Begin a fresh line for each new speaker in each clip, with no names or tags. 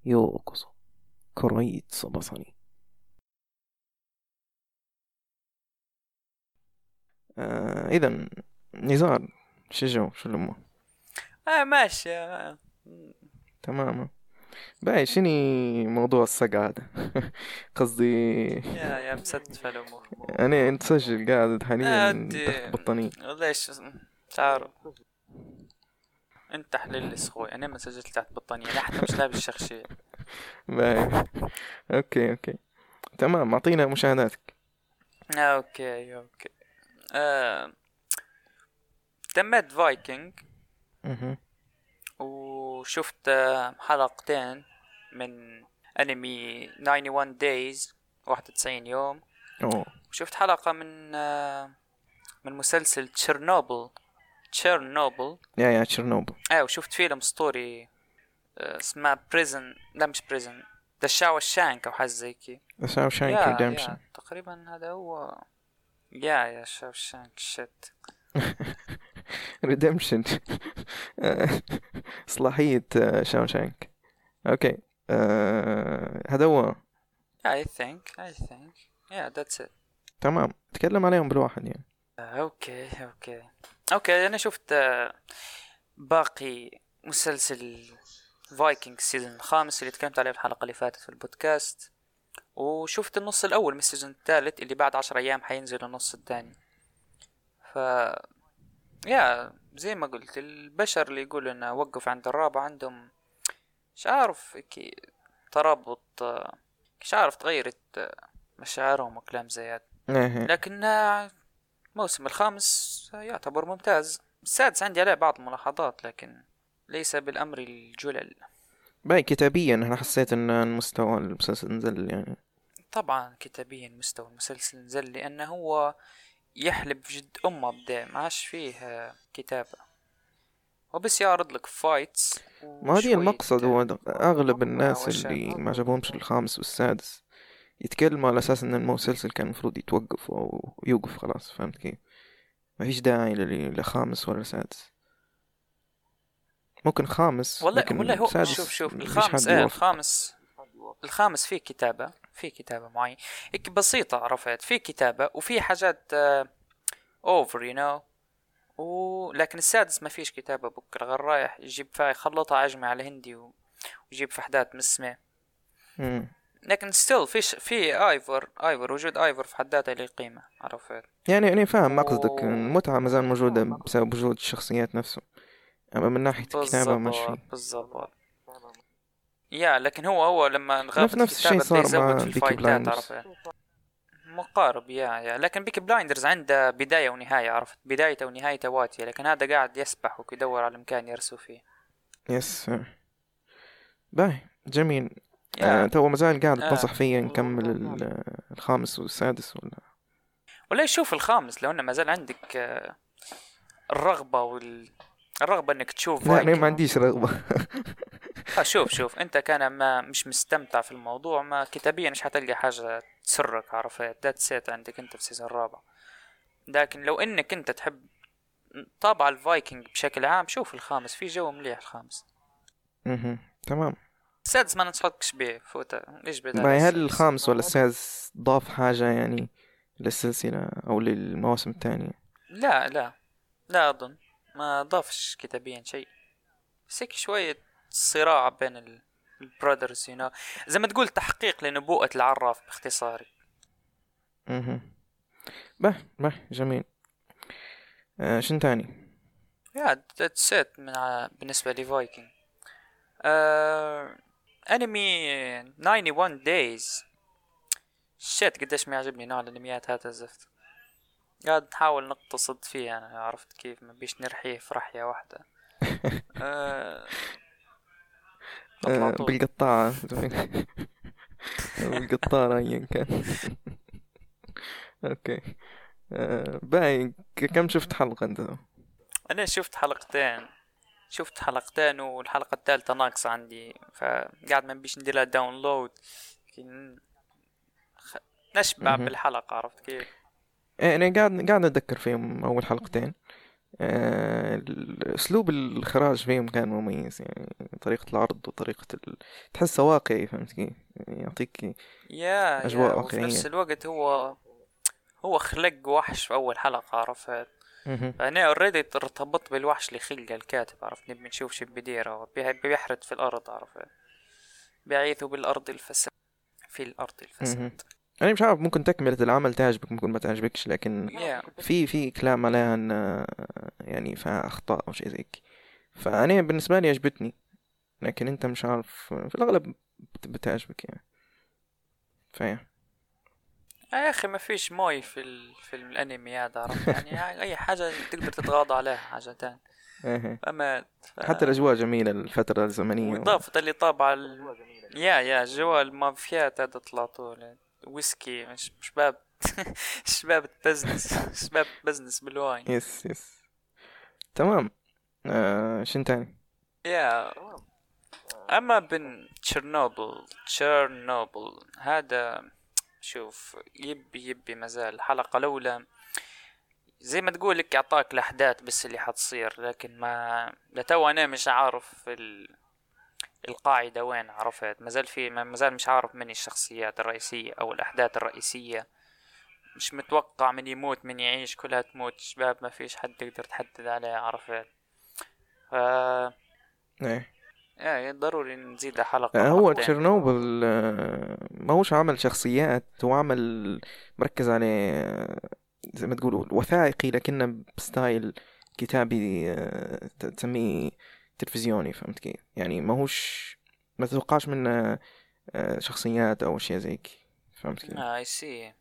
يوكوزو كوريتسو بصري. إذا نزار شو الأمور؟
ماشي.
تمام. باي شني موضوع الصقع هذا؟ قصدي
يا مسد في الأمور.
أنت سجل قاعد حاليا تحت
أدي
بطانية.
ليش تعرف انت حلل اخوي، انا ما سجلت تحت بطانية، انا حتى مش لابس شخشير.
باي. أوكي تمام، أعطينا مشاهداتك.
اوكي. آه... تمت فايكنج
مهم.
وشفت حلقتين من انمي 91 days 91 يوم.
أوه
وشفت حلقة من مسلسل تشيرنوبل.
يا تشيرنوبل.
وشفت فيلم ستوري اسمها بريزن، لا مش بريزن، ذا شاو شانك او حاجه زي كي.
شاوشانك ريدمشن.
تقريبا هذا هو. يا شاو شانك شت.
ريدمشن. صلاحية شاوشانك. أوكي. هذا هو.
I think yeah that's it.
تمام، تكلم عليهم بالواحد يعني.
اوكي انا شفت باقي مسلسل فايكنج السيزون الخامس اللي تكلمت عليه في الحلقة اللي فاتت في البودكاست، وشفت النص الأول من السيزون الثالث اللي بعد 10 أيام حينزل النص الثاني. ف يا زي ما قلت، البشر اللي يقولوا انه وقف عند الرابع عندهم مش عارف كي ترابط، مش عارف تغيرت مشاعرهم وكلام زي هذا.
إيه.
لكن الموسم الخامس يعتبر ممتاز. السادس عندي عليه بعض الملاحظات لكن ليس بالأمر الجلل.
باي كتابيا أنا حسيت إن مستوى المسلسل نزل يعني.
طبعا كتابيا مستوى المسلسل نزل لأنه هو يحلب جد أمه بدأ ما عاش فيه كتابة، وبس يعرض لك فايتس.
ما هذه المقصد، هو أغلب الناس
مناوشات.
اللي ما عجبهمش الخامس والسادس يتكلموا على أساس إن المسلسل كان المفروض يتوقف أو يوقف خلاص. فهمت كيف؟ ما فيش داعي لخامس ولا سادس. ممكن خامس
والله
لكن
هو
سادس
شوف
مفيش
الخامس
حد يوافق.
الخامس فيه كتابة معين هيك بسيطة، عرفت؟ فيه كتابة وفيه حاجات over you know. لكن السادس ما فيش كتابة، بكرة غير رايح يجيب فاي خلطها عجمي على هندي ويجيب فحدات مسمى. لكن still في ايفر وجود ايفر في حد ذاته له قيمة، عرفت؟
يعني فاهم مقصدك، المتعة مازال موجودة بسبب وجود الشخصيات نفسه، أما من ناحية الكتابة مش فيه.
بالضبط. لكن هو لما انغابت
نفس الشيء
الكتابة بده
صار مع
يزود في
بيكي
الفايتات،
بلايندرز.
عرفت؟ مقارب لكن بيكي بلايندرز عنده بداية ونهاية، عرفت؟ بدايته ونهايته واتية، لكن هذا قاعد يسبح ويدور على مكان يرسو فيه.
يس باي جميل.
يا
تو مازال قاعد تنصح فيا نكمل الخامس والسادس
ولا يشوف الخامس لو انه ما زال عندك الرغبة الرغبة انك تشوف
لا أنا
فايكنج.
ما عنديش رغبة.
شوف انت كان ما مش مستمتع في الموضوع، ما كتابيا مش حتلقى حاجة تسرك، عرفت؟ ده تسيت عندك انت في السيزون الرابع. لكن لو انك انت تحب طابع الفايكنج بشكل عام شوف الخامس، في جو مليح الخامس.
تمام.
السادس ما ننصحكش به، فوته ليش بدأ
باي هل
السادس.
الخامس ولا السادس ضاف حاجة يعني للسلسلة أو للمواسم الثانية؟
لا اظن ما ضافش كتابيا شيء، بس هيك شوية صراع بين البرادرز زي ما تقول تحقيق لنبوءة العراف باختصار.
به جميل. شن تاني؟
that's it بالنسبة لفايكنج. انمي 91 days شت قديش ما يعجبني نوع الانميات هذا الزفت. قاعد نحاول نقتصد فيه انا، عرفت كيف؟ ما بيش نرحيه في رحية واحدة.
بالقطاعة. بالقطارة أيا كان. أوكي. باي كم شفت حلقة أنت؟
انا شفت حلقتين والحلقة الثالثة ناقصة عندي، فقاعد ما بيش نديرها داونلود، نشبع بالحلقة، عرفت كيف؟
أنا قاعد أتذكر فيهم أول حلقتين أسلوب الإخراج فيهم كان مميز، يعني طريقة العرض وطريقة تحسه واقعي، فهمت كيف؟ يعني يعطيك
يا
أجواء
وفي نفس
واقعية.
الوقت هو خلق وحش في اول حلقة، عرفت؟
مهم.
فانا اوريدي ارتبطت بالوحش اللي خلقه الكاتب، عرفت؟ نبي نشوف شو بديره، بيحرد في الارض، عرفت؟ بيعيثوا بالارض الفساد، في الارض
مهم.
الفساد.
أنا مش عارف، ممكن تكملة العمل تعجبك ممكن ما تعجبكش، لكن
يا
في كلام عليها أن يعني فيها أخطاء أو شيء زي كي. فأنا بالنسبة لي عجبتني، لكن أنت مش عارف في الأغلب بتعجبك يعني. فاهم.
يا اخي ما فيش موي في الانمي هذا، عرفت؟ يعني اي حاجة تقدر تتغاضى عليها حاجة تانية.
إيه.
اما
حتى الأجواء جميلة، الفترة الزمنية
وإضافة اللي طابع يا جوا المافيات هذا طلعتوا ويسكي، مش باب شباب بزنس، شباب بزنس بالواي.
يس يس. تمام. شن تاني؟
يا اما بن تشيرنوبل هذا، شوف يبي مازال حلقة الأولى زي ما تقول لك يعطاك الأحداث بس اللي حتصير، لكن ما لتو أنا مش عارف القاعدة وين، عرفت؟ مازال مش عارف من الشخصيات الرئيسية أو الأحداث الرئيسية. مش متوقع من يموت من يعيش، كلها تموت شباب، ما فيش حد تقدر تحدد عليه، عرفت؟ ف
ايه.
يعني ضروري نزيد حلقة
هو
حلقتين.
تشيرنوبل ما هوش عمل شخصيات، هو عمل مركز على زي ما تقولوا وثائقي، لكنه بستايل كتابي، تسميه تلفزيوني، فهمت كيف؟ يعني ما هوش، ما تتوقعش منه شخصيات او اشياء زيك، فهمت كيف؟
اي سي.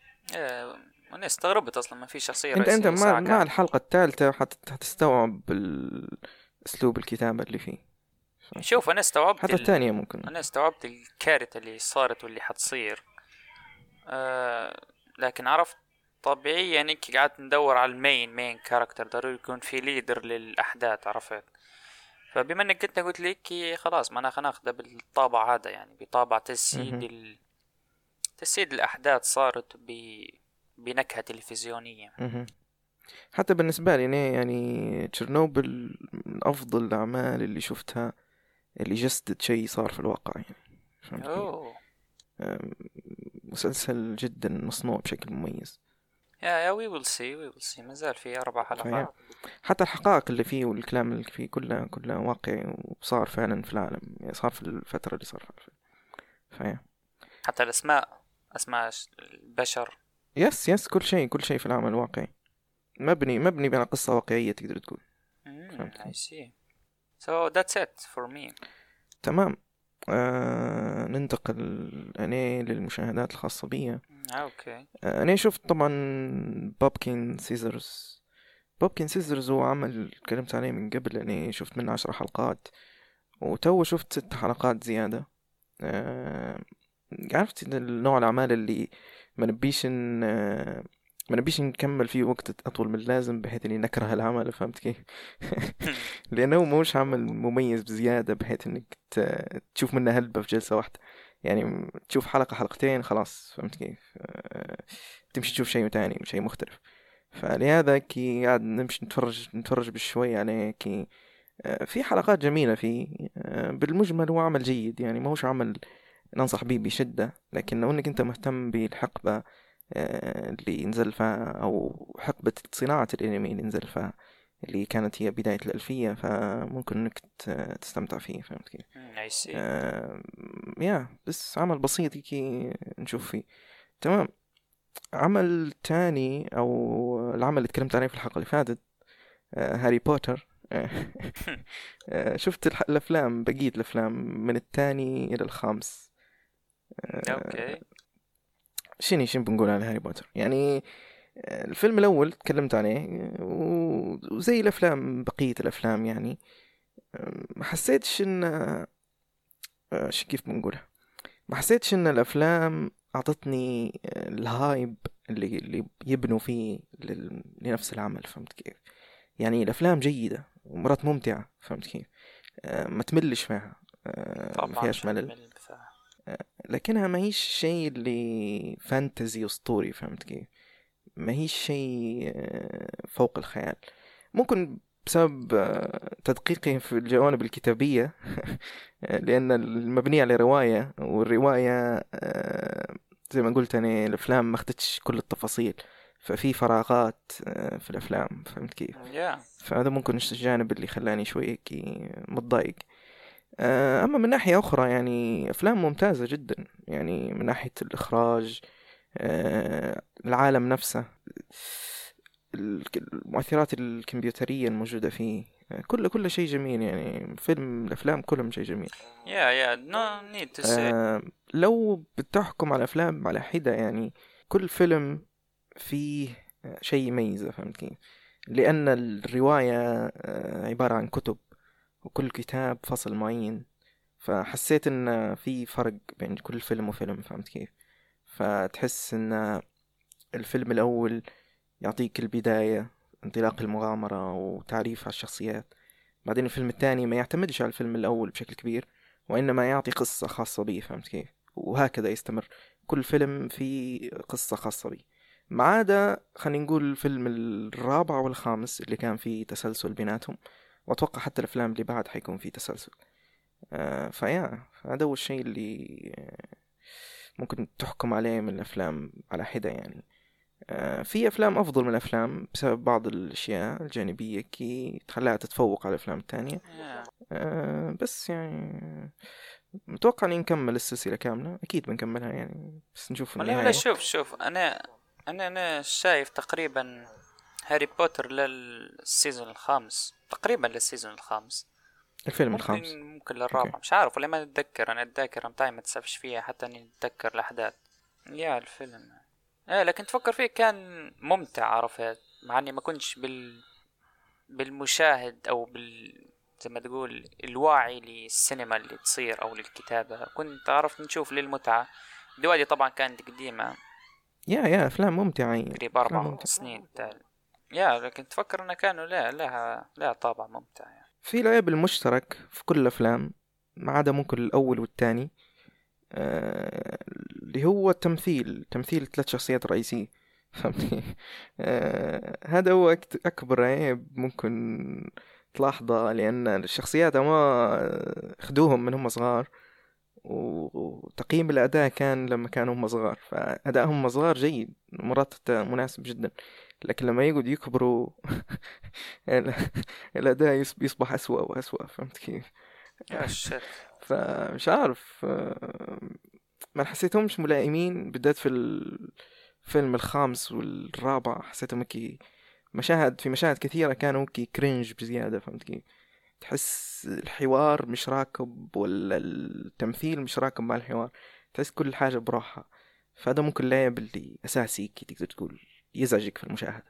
انا استغربت اصلا ما في شخصية
انت
رئيسية ساعة
مع
كاملة.
الحلقة الثالثة حتستوعب اسلوب الكتابة اللي فيه، فهمت كيف؟
شوف
حتى الثانية ممكن.
انا استوعبت الكارثة اللي صارت واللي حتصير. أه... لكن عرفت طبيعي انك قاعد ندور على مين كاركتر، ضروري يكون في ليدر للاحداث، عرفت؟ فبما انك انت قلت لي خلاص، ما انا خناخده بالطابع هذا، يعني بطابع
مهم.
تجسيد الاحداث صارت بنكهة تلفزيونية.
مهم. حتى بالنسبة لي أنا يعني تشيرنوبل من أفضل الأعمال اللي شفتها، اللي جسدت شيء صار في الواقع يعني، فهمت كيف؟
اوه.
أم، مسلسل جدا مصنوع بشكل مميز.
يا وي ويل سي ما زال في 4 حلقات.
فهي حتى الحقائق اللي فيه والكلام اللي فيه كله واقعي، وصار فعلا في العالم، يعني صار في الفترة اللي صار فيها. فهي
حتى اسماء البشر.
يس كل شيء في العمل واقعي، مبني على قصة واقعية تقدر تقول، فهمت
I
كيف؟
see. So that's it for me.
تمام. ننتقل أنا للمشاهدات الخاصة بي.
اوكي.
أنا شفت طبعا بوبكين سيزرز هو عمل تكلمت عليه من قبل، أنا شفت منه 10 حلقات، وتو شفت 6 حلقات زيادة. آه عرفت النوع الأعمال اللي ما نبيش ن... آه، ما نبيش نكمل فيه وقت أطول من اللازم بحيث إني نكره العمل، فهمت كيف؟ لأنه موش عمل مميز بزيادة بحيث إنك تشوف منه هلبة في جلسة واحدة، يعني تشوف حلقة حلقتين خلاص، فهمت كيف؟ تمشي تشوف شيء تاني، شيء مختلف. فلهذا كي قاعد نمشي نتفرج بشوي عليه كي. في حلقات جميلة فيه، بالمجمل هو عمل جيد، يعني ما هوش عمل ننصح به بشدة، لكن لو انك انت مهتم بالحقبة اللي نزل فيها، او حقبة صناعة الانمي اللي نزل فيها، اللي كانت هي بداية الألفية، فممكن انك تستمتع فيه، فهمت كيف؟
I see.
بس عمل بسيط كي نشوف فيه. تمام. عمل تاني او العمل اللي تكلمت عليه في الحلقة اللي فاتت، هاري بوتر. شفت الأفلام، بقية الأفلام من الثاني إلى الخامس.
اوكي.
شنو بنقول على هاري بوتر يعني؟ الفيلم الأول تكلمت عليه، وزي الأفلام بقية الأفلام يعني، ما حسيتش إن كيف بنقولها، ما حسيتش إن الأفلام أعطتني الهايب اللي يبنوا فيه لنفس العمل، فهمت كيف؟ يعني الأفلام جيدة ومرات ممتعة، فهمت كيف؟ ما تملش فيها، ما
طبعا
فيهاش
مش
ملل،
هتمل بصراحة.
لكنها ما هيش شيء اللي فانتزي أسطوري، فهمت كيف؟ ما هيش شيء فوق الخيال. ممكن بسبب تدقيقي في الجوانب الكتابية لأن المبنية على رواية، والرواية زي ما قلت أنا الأفلام ما أخدتش كل التفاصيل، ففي فراغات في الأفلام، فهمت كيف؟ فهذا ممكن الجانب اللي خلاني شوي متضايق. أما من ناحية أخرى يعني أفلام ممتازة جدا، يعني من ناحية الإخراج، العالم نفسه، المؤثرات الكمبيوترية الموجودة فيه، كل شيء جميل. يعني فيلم الأفلام كلهم شيء جميل.
no need to say.
لو بتحكم على الأفلام على حدة، يعني كل فيلم فيه شيء يميزه، فهمت كيف؟ لأن الرواية عبارة عن كتب، وكل كتاب فصل معين، فحسيت إن في فرق بين كل فيلم وفيلم، فهمت كيف؟ فتحس إن الفيلم الأول يعطيك البداية، انطلاق المغامرة وتعريف على الشخصيات. بعدين الفيلم الثاني ما يعتمدش على الفيلم الأول بشكل كبير، وإنما يعطي قصة خاصة به، فهمت كيف؟ وهكذا يستمر كل فيلم في قصة خاصة به، ما عدا خلينا نقول الفيلم الرابع والخامس اللي كان فيه تسلسل بيناتهم، وأتوقع حتى الأفلام اللي بعد حيكون فيه تسلسل. هذا هو الشيء اللي ممكن تحكم عليه من الأفلام على حدة. يعني في أفلام أفضل من الأفلام بسبب بعض الأشياء الجانبية كي تخليها تتفوق على الأفلام التانية. بس يعني متوقع أني نكمل السلسلة كاملة، أكيد بنكملها يعني، بس نشوف النهاية.
لا شوف أنا شايف تقريبا هاري بوتر للسيزون الخامس، تقريبا للسيزون الخامس،
الفيلم الخامس
ممكن للرابع، مش عارف ولا ما نتذكر. أنا الذاكرة متاعي ما تسافش فيها حتى أني نتذكر الأحداث. الفيلم لكن تفكر فيه كان ممتع، عرفت، مع اني ما كنتش بالمشاهد او زي ما تقول الواعي للسينما اللي تصير او للكتابة، كنت عرفت نشوف للمتعة. دلوقتي طبعا كانت قديمة،
أفلام ممتعة
قريب 4 سنين لكن تفكر انها كانوا لا طابع ممتع يعني.
في العيب المشترك في كل الأفلام ما عدا ممكن الأول والثاني، اللي هو تمثيل 3 شخصيات رئيسية، فهمتني؟ هذا هو أكبر عيب ممكن تلاحظه، لأن الشخصيات ما خدوهم من هم صغار، وتقييم الأداء كان لما كانوا هم صغار، فأدائهم هم صغار جيد، مرات مناسب جدا، لكن لما يقعد يكبروا الأداء يصبح أسوأ وأسوأ، فهمت كيف؟ فمش عارف، ما حسيتهمش ملائمين، بالذات في الفيلم الخامس والرابع حسيتهم كي مشاهد كثيرة كانوا كي كرينج بزيادة، فهمت كيف؟ تحس الحوار مش راكب، ولا التمثيل مش راكب مع الحوار، تحس كل حاجة بروحها. فهذا ممكن العيب اللي أساسي كي تقدر تقول يزعجك في المشاهدة.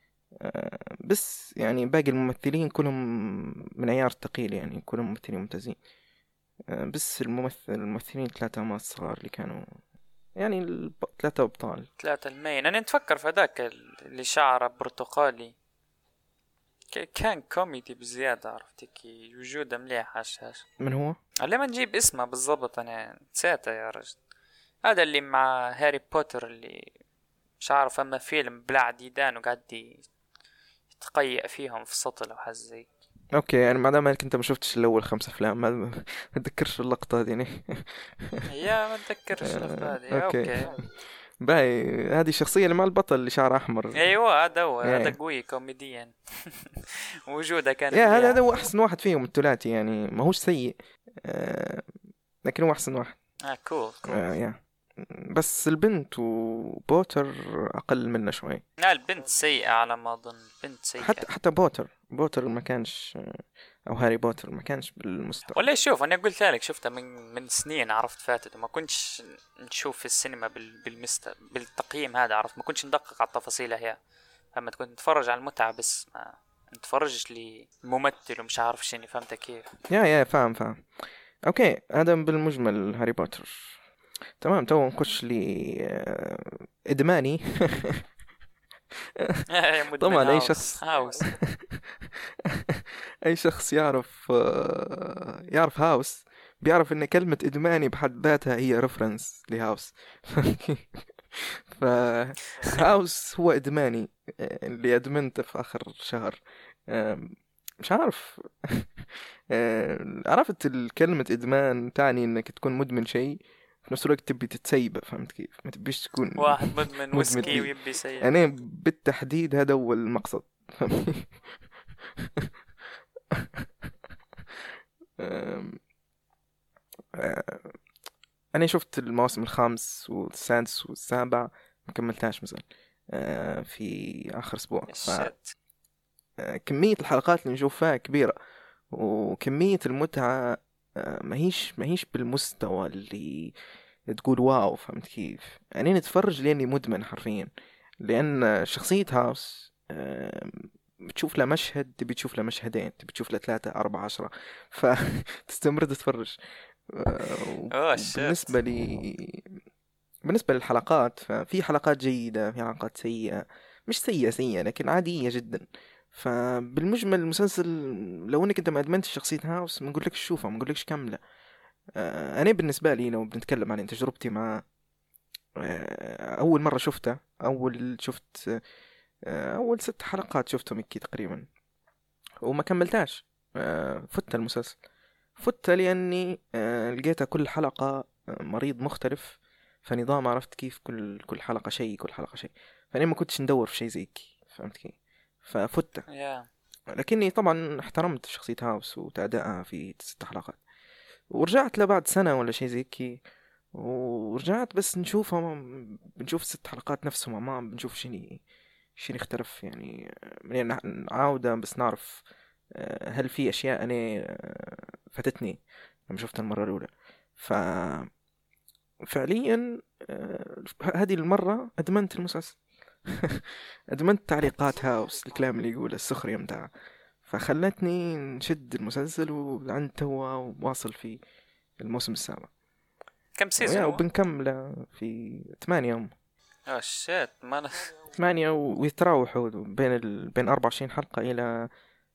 بس يعني باقي الممثلين كلهم من عيار الثقيل، يعني كلهم ممثلين ممتازين. بس الممثلين 3 ما الصغار اللي كانوا يعني 3 أبطال،
3 المين. أنا نتفكر في هذاك اللي شعره برتقالي كان كوميدي بزيادة، عرفتك، وجوده مليح على الشاشة.
من هو؟
اللي ما نجيب اسمه بالضبط، أنا نسيته يا رجل. هذا اللي مع هاري بوتر، اللي مش عارف، أما فيلم بلع ديدان وقاعد يتقيأ فيهم في سطل أو حزي.
اوكي، يعني ما دام انت ما شفتش الاول 5 افلام ما تذكرش اللقطه دي يعني.
ما تذكرش اللقطه دي. اوكي
باي، هذه الشخصيه اللي مع البطل اللي شعره احمر.
ايوه هذا هو، هذا قوي كوميديا. وجوده كان
هذا هو احسن واحد فيهم الثلاثي، يعني ما هوش سيء، لكن هو احسن واحد.
كول
بس البنت وبوتر اقل منه شوي.
لا البنت سيئه على ما اظن، بنت سيئه.
حتى بوتر ما كانش، او هاري بوتر ما كانش بالمستوى.
ولا شوف، انا قلت لك شفتها من سنين، عرفت، فاتت، وما كنتش نشوف في السينما بالتقييم هذا، عرفت، ما كنتش ندقق على التفاصيل هي، فما كنت نتفرج على المتعه بس، ما نتفرجش لممثل ومش عارف شنو، فهمت كيف؟
فاهم. اوكي، هذا بالمجمل هاري بوتر. تمام، تو نخش لي ادماني. طبعا اي شخص يعرف هاوس بيعرف ان كلمة ادماني بحد ذاتها هي ريفرنس لهاوس. فهاوس هو ادماني اللي ادمنته في اخر شهر، مش عارف. عرفت الكلمة إدمان تعني إنك تكون مدمن شيء في نفس الوقت تبي تتسيبه، فهمت كيف؟ ما تبيش تكون
واحد مدمن
مدمن
ويسكي
لي.
ويبي يسيب.
أنا بالتحديد هذا هو المقصد، فهمتني؟ أم، آه، أنا شفت الموسم الخامس والسادس والسابع، ما كملتهاش مثلا في آخر أسبوع.
الشت.
فكمية الحلقات اللي نشوفها كبيرة، وكمية المتعة ما هيش بالمستوى اللي تقول واو، فهمت كيف؟ يعني نتفرج لاني مدمن حرفيا، لان شخصية هاوس بتشوف له مشهد تبي تشوف له مشهدين، تبي تشوف له 3 4 10، فتستمر تتفرج.
اوه
وبالنسبة
الشت.
لي، بالنسبة للحلقات، ففي حلقات جيدة، في حلقات سيئة، مش سيئة لكن عادية جدا. فبالمجمل المسلسل، لو انك انت ما ادمنتش شخصية هاوس ما نقول لك شوفها، ما نقول لكش كاملة. انا بالنسبة لي لو بنتكلم عن تجربتي مع اول مرة شفته، اول 6 حلقات شفتهم هيك تقريبا وما كملتاش. فت المسلسل، فت لاني لقيتها كل حلقة مريض مختلف، فنظام عرفت كيف، كل حلقة شيء، كل حلقة شيء، فأنا ما كنتش ندور في شيء زيك، فهمت كيف؟ ففت.
يا
لكني طبعا احترمت شخصية هاوس وأدائها في 6 حلقات، ورجعت له بعد سنة ولا شيء زي كي، ورجعت بس نشوفهم، بنشوف 6 حلقات نفسهم، ما بنشوف شيء اختلف يعني. يعني عودة بس نعرف هل في أشياء أنا فاتتني لما شفتها المرة الأولى. ففعليا هذه المرة أدمنت المسلسل. أدمنت تعليقات هاوس، الكلام اللي يقوله، السخرية متاعه، فخلتني نشد المسلسل، وعند توا واصل في الموسم السابع.
كم سيزون هو؟
وبنكمله في 8 يوم.
اوه الشت ما أنا...
8 ويتراوحوا بين 24 حلقة إلى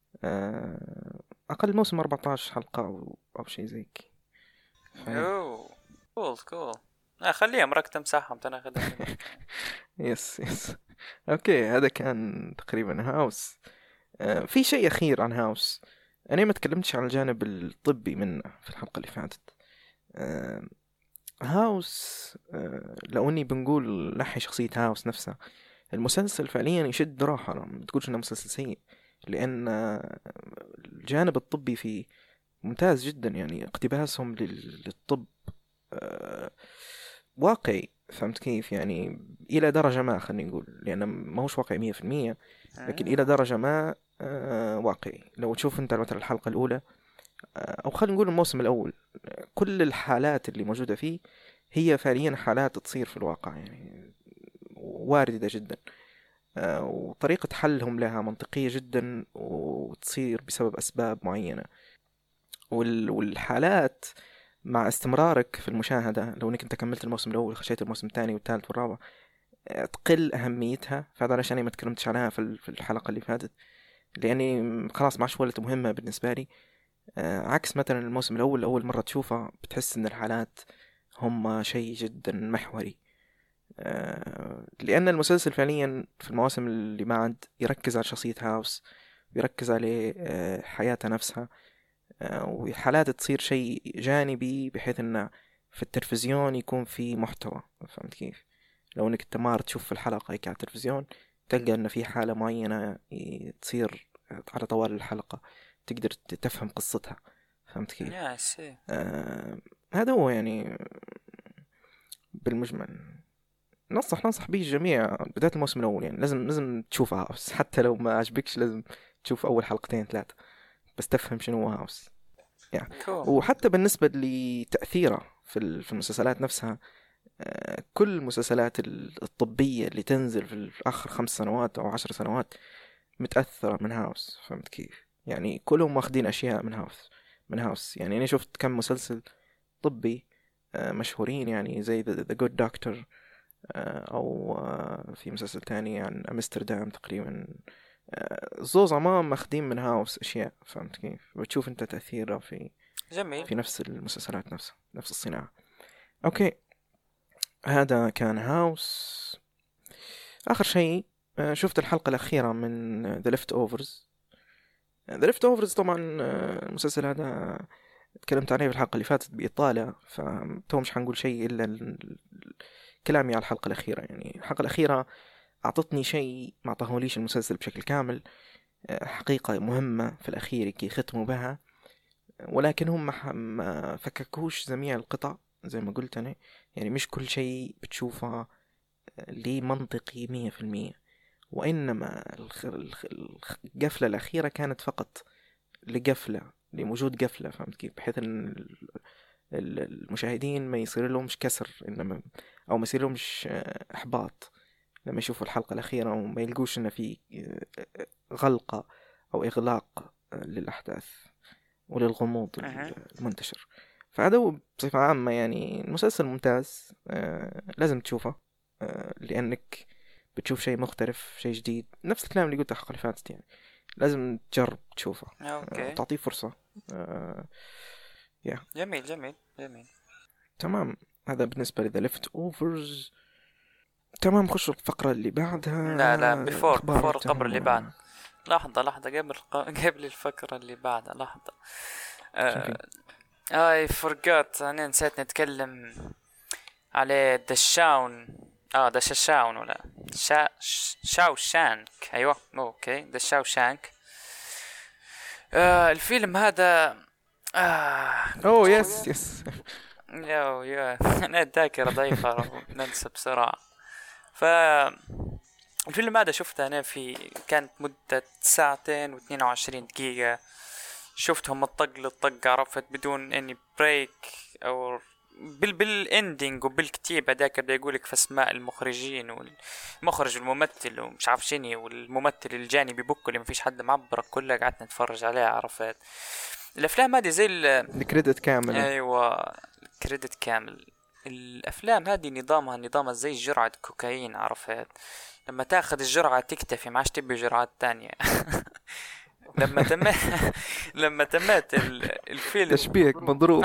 أقل موسم 14 حلقة أو شيء زيك.
اوه كول. خليها مركز تمسحهم تناخذها منك.
يس. أوكي، هذا كان تقريبا هاوس. في شيء أخير عن هاوس، أنا ما تكلمتش عن الجانب الطبي منه في الحلقة اللي فاتت. آه، هاوس، لو اني بنقول نحي شخصية هاوس نفسها، المسلسل فعليا يشد راحة، ما تقولش انه مسلسل سيء، لان الجانب الطبي فيه ممتاز جدا، يعني اقتباسهم للطب آه، واقعي، فهمت كيف يعني؟ إلى درجة ما، خلينا نقول، لأنه ما هوش واقعي 100%، لكن إلى درجة ما واقعي. لو تشوف أنت مثلا الحلقة الأولى، أو خلينا نقول الموسم الأول، كل الحالات اللي موجودة فيه هي فعليا حالات تصير في الواقع، يعني واردة جدا. وطريقة حلهم لها منطقية جدا، وتصير بسبب أسباب معينة. والحالات مع استمرارك في المشاهدة، لو انك انت كملت الموسم الاول، خشيت الموسم الثاني والثالث والرابع، تقل اهميتها. فهذا عشان ما تكلمتش عنها في الحلقة اللي فاتت، لاني خلاص ما عادش ولت مهمة بالنسبة لي. عكس مثلا الموسم الاول، اول مرة تشوفه بتحس ان الحالات هم شيء جدا محوري. لان المسلسل فعليا في المواسم اللي بعد يركز على شخصية هاوس، ويركز على حياتها نفسها. وحالات تصير شيء جانبي، بحيث انه في التلفزيون يكون في محتوى، فهمت كيف؟ لو انك تمار تشوف في الحلقة هيك على التلفزيون، تلقى ان في حالة معينة تصير على طوال الحلقة، تقدر تفهم قصتها، فهمت كيف؟
يا سي.
هذا هو يعني بالمجمل. ننصح به الجميع بداية الموسم الأول، يعني لازم تشوف هاوس، حتى لو ما عجبكش لازم تشوف أول حلقتين 3 بس تفهم شنو هو هاوس يعني.
كول.
وحتى بالنسبة لتأثيره في المسلسلات نفسها، كل المسلسلات الطبية اللي تنزل في آخر 5 سنوات أو 10 سنوات متأثرة من هاوس، فهمت كيف؟ يعني كلهم واخدين أشياء من هاوس. يعني أنا شفت كم مسلسل طبي مشهورين، يعني زي The Good Doctor، أو في مسلسل تاني عن أمستردام تقريبا، زوز ما ماخدين من هاوس أشياء، فهمت كيف؟ بتشوف أنت تأثيره
جميل.
في نفس المسلسلات نفسها، نفس الصناعة. أوكي، هذا كان هاوس. آخر شيء، شفت الحلقة الأخيرة من The Leftovers. ذا ليفت اوفرز طبعا المسلسل هذا تكلمت عليه في الحلقة اللي فاتت بإطالة، فتو مش حنقول شيء إلا كلامي على الحلقة الأخيرة. يعني الحلقة الأخيرة أعطتني شيء ما أعطاهوليش المسلسل بشكل كامل، حقيقة مهمة في الأخير كي ختموا بها، ولكن هم ما فككوش جميع القطع زي ما قلت أنا. يعني مش كل شيء بتشوفه ليه منطقي 100%، وإنما القفلة الأخيرة كانت فقط لوجود قفلة، فهمت كيف؟ بحيث أن المشاهدين ما يصير لهمش كسر، إنما أو ما يصير لهمش إحباط لما يشوفوا الحلقة الأخيرة وما يلقوش إن في غلقة أو إغلاق للأحداث وللغموض المنتشر. فهذا هو بصفة عامة يعني المسلسل ممتاز، لازم تشوفه، لأنك بتشوف شيء مختلف، شيء جديد، نفس الكلام اللي قلته الحلقة اللي فاتت. يعني لازم تجرب تشوفه، تعطيه فرصة.
جميل جميل جميل.
تمام، هذا بالنسبة لذا ليفت اوفرز. تمام، خش الفقرة اللي بعدها.
لا بفور القبر اللي بعد. لحظة قبل الفقرة اللي بعدها لحظة. I forgot، أنا نسيت نتكلم على دشاون ولا شاوشانك. أيوة أوكي، دشاوشانك. الفيلم هذا
أوه يس
يا أنا الذاكرة ضعيفة ننسى بسرعة. الفيلم هذا شفته أنا كانت مدة 2:22 دقيقة. شفتهم الطق للطق، عرفت، بدون اني بريك او بالاندينج وبالكتيب هذاك بده يقولك في اسماء المخرجين والمخرج والممثل ومش عارف شنو، والممثل الجانبي بوكو اللي ما فيش حد معبرك، كلها قعدت نتفرج عليها. عرفت الافلام هذه زي
الكريدت كامل.
ايوه الكريدت كامل. الافلام هذه نظامها زي جرعة كوكايين، عرفت، لما تاخذ الجرعة تكتفي، ما عادش تبي جرعات تانية. لما تمات الفيلم.
تشبيهك مضروب.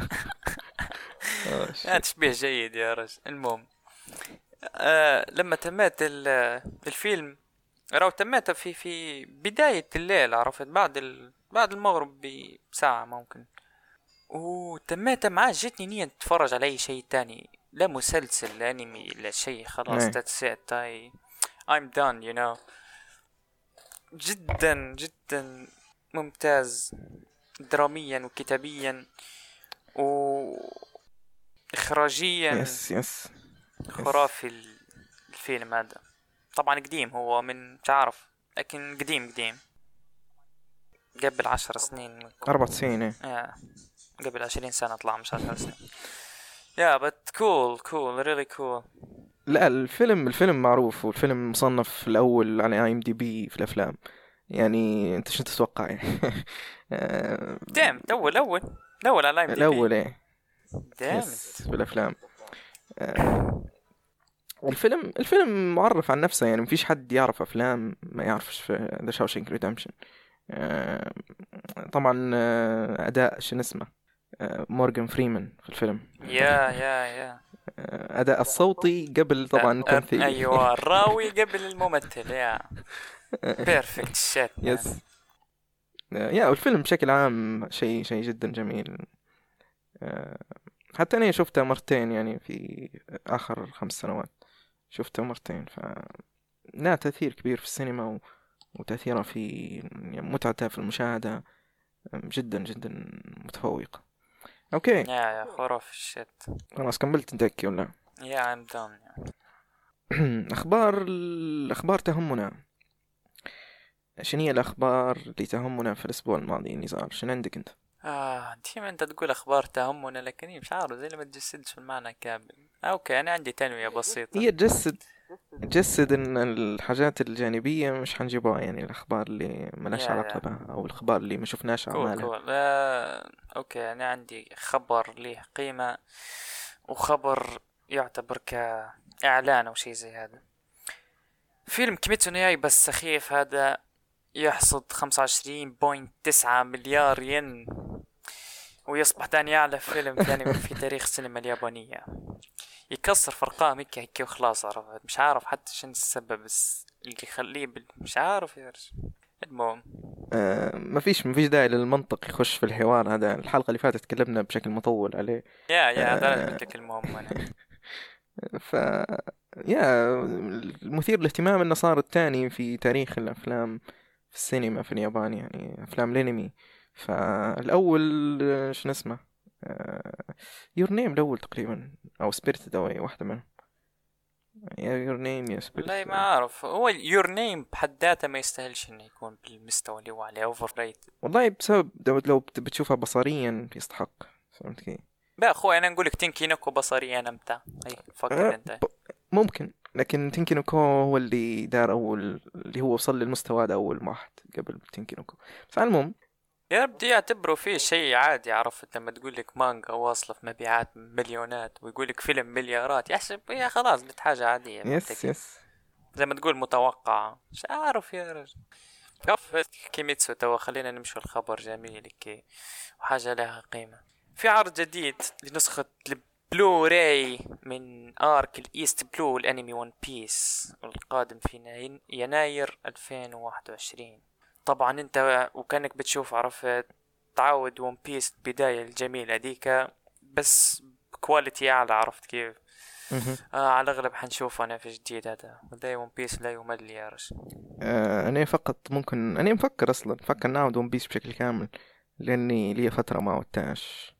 تشبيه جيد يا رجل. المهم لما تمات الفيلم، راو تمات في بداية الليل، عرفت، بعد المغرب بساعة ممكن، وتمات معاه. جتني نية تتفرج على أي شيء تاني، لا مسلسل لا أنمي لا شيء، خلاص that's it. I'm done you know. جدا جدا ممتاز دراميا وكتابيا وإخراجيا.
يس
خرافي الفيلم هذا. طبعا قديم، هو من تعرف، لكن قديم قبل 10 سنين
94.
قبل 20 سنة طلع، مش 10 سنين. but cool really cool.
لا الفيلم معروف، والفيلم مصنف الأول على IMDb في الأفلام. يعني أنت شو تتوقع يعني؟
دام أول على IMDb
الأول
دام
في الأفلام. الفيلم معرف عن نفسه، يعني مفيش حد يعرف أفلام ما يعرفش في The Shawshank Redemption. طبعا أداء شنو اسمه مورغان فريمان في الفيلم.
يا
أداء الصوتي قبل طبعا التمثيل.
أيوة الراوي قبل الممثل. يا بيرفكت شيت.
يس والفيلم بشكل عام شيء جدا جميل. حتى أنا شفته مرتين، يعني في آخر 5 سنوات شفته مرتين، لا تأثير كبير في السينما، وتأثيره في يعني متعته في المشاهدة جدا جدا متفوقة. اوكي
يا خرافي الشيت.
خلاص كملت تحكي ولا؟
يا I'm done.
الأخبار تهمنا. شنو هي الأخبار اللي تهمنا في الأسبوع الماضي؟ نزار شنو عندك أنت؟
ديما أنت تقول أخبار تهمنا، لكن مش عارف زي اللي ما تجسدش المعنى كامل. أوكي أنا عندي تنوية بسيطة.
هي تجسد إن الحاجات الجانبية مش حنجيبها، يعني الأخبار اللي ملاش علاقة بها، أو الأخبار اللي ما شفناش أعمالها.
أوكي أنا عندي خبر ليه قيمة، وخبر يعتبر كإعلان أو شيء زي هذا. فيلم كيميتسو نو يايبا بس سخيف هذا يحصد 25.9 مليار ين، ويصبح ثاني أعلى فيلم ثاني في تاريخ السينما اليابانية. يكسر في أرقام هيك وخلاص. عرفت مش عارف حتى شنو السبب بس اللي يخليه مش عارف يا رجل. المهم
ما فيش داعي للمنطق يخش في الحوار هذا. الحلقة اللي فاتت تكلمنا بشكل مطول عليه.
يا هذا اللي
آه،
قلت لك المهم أنا.
ف يا المثير للاهتمام انه صار الثاني في تاريخ الافلام في السينما في اليابان، يعني افلام الانمي. فالاول شنو اسمه؟ يور نيم الاول تقريبا، او سبيريتد، او اي واحدة منهم. يا يور نيم يا
والله ما
سبيريتد.
أعرف، هو يور نيم بحد ذاته ما يستاهلش إنه يكون بالمستوى اللي هو عليه، أوفر ريت.
والله بسبب لو بتشوفها بصريا يستحق. فهمت كيف؟
لا أخوي أنا نقول لك تنكي نوكو بصريا أنا متاع. أي فكر أنت.
ممكن، لكن تينكينوكو هو اللي دار أول، اللي هو وصل للمستوى هذا أول واحد قبل تينكينوكو. بس على المهم،
يا بدي يعتبروا فيه شيء عادي، عرفت؟ لما تقول لك مانجا واصلة في مبيعات مليونات ويقول لك فيلم مليارات، يحسب يا خلاص قلت حاجة عادية
يس
منطقي،
يس.
زي ما تقول متوقعة. مش عارف يا رجل. كفت كيميتسو توا، خلينا نمشي الخبر جميل كي وحاجة لها قيمة. في عرض جديد لنسخة البلوراي من ارك الايست بلو الانمي ون بيس القادم في يناير 2021. طبعا انت وكانك بتشوف، عرفت، تعود ون بيس البداية الجميلة ديكا بس كواليتي اعلى، عرفت كيف؟ على الاغلب حنشوف انا في جديد هذا، وده ون بيس لا يمل يا رجل.
أنا فقط ممكن، أنا مفكر أصلا نعود ون بيس بشكل كامل، لأني لي فترة ما ودتاش.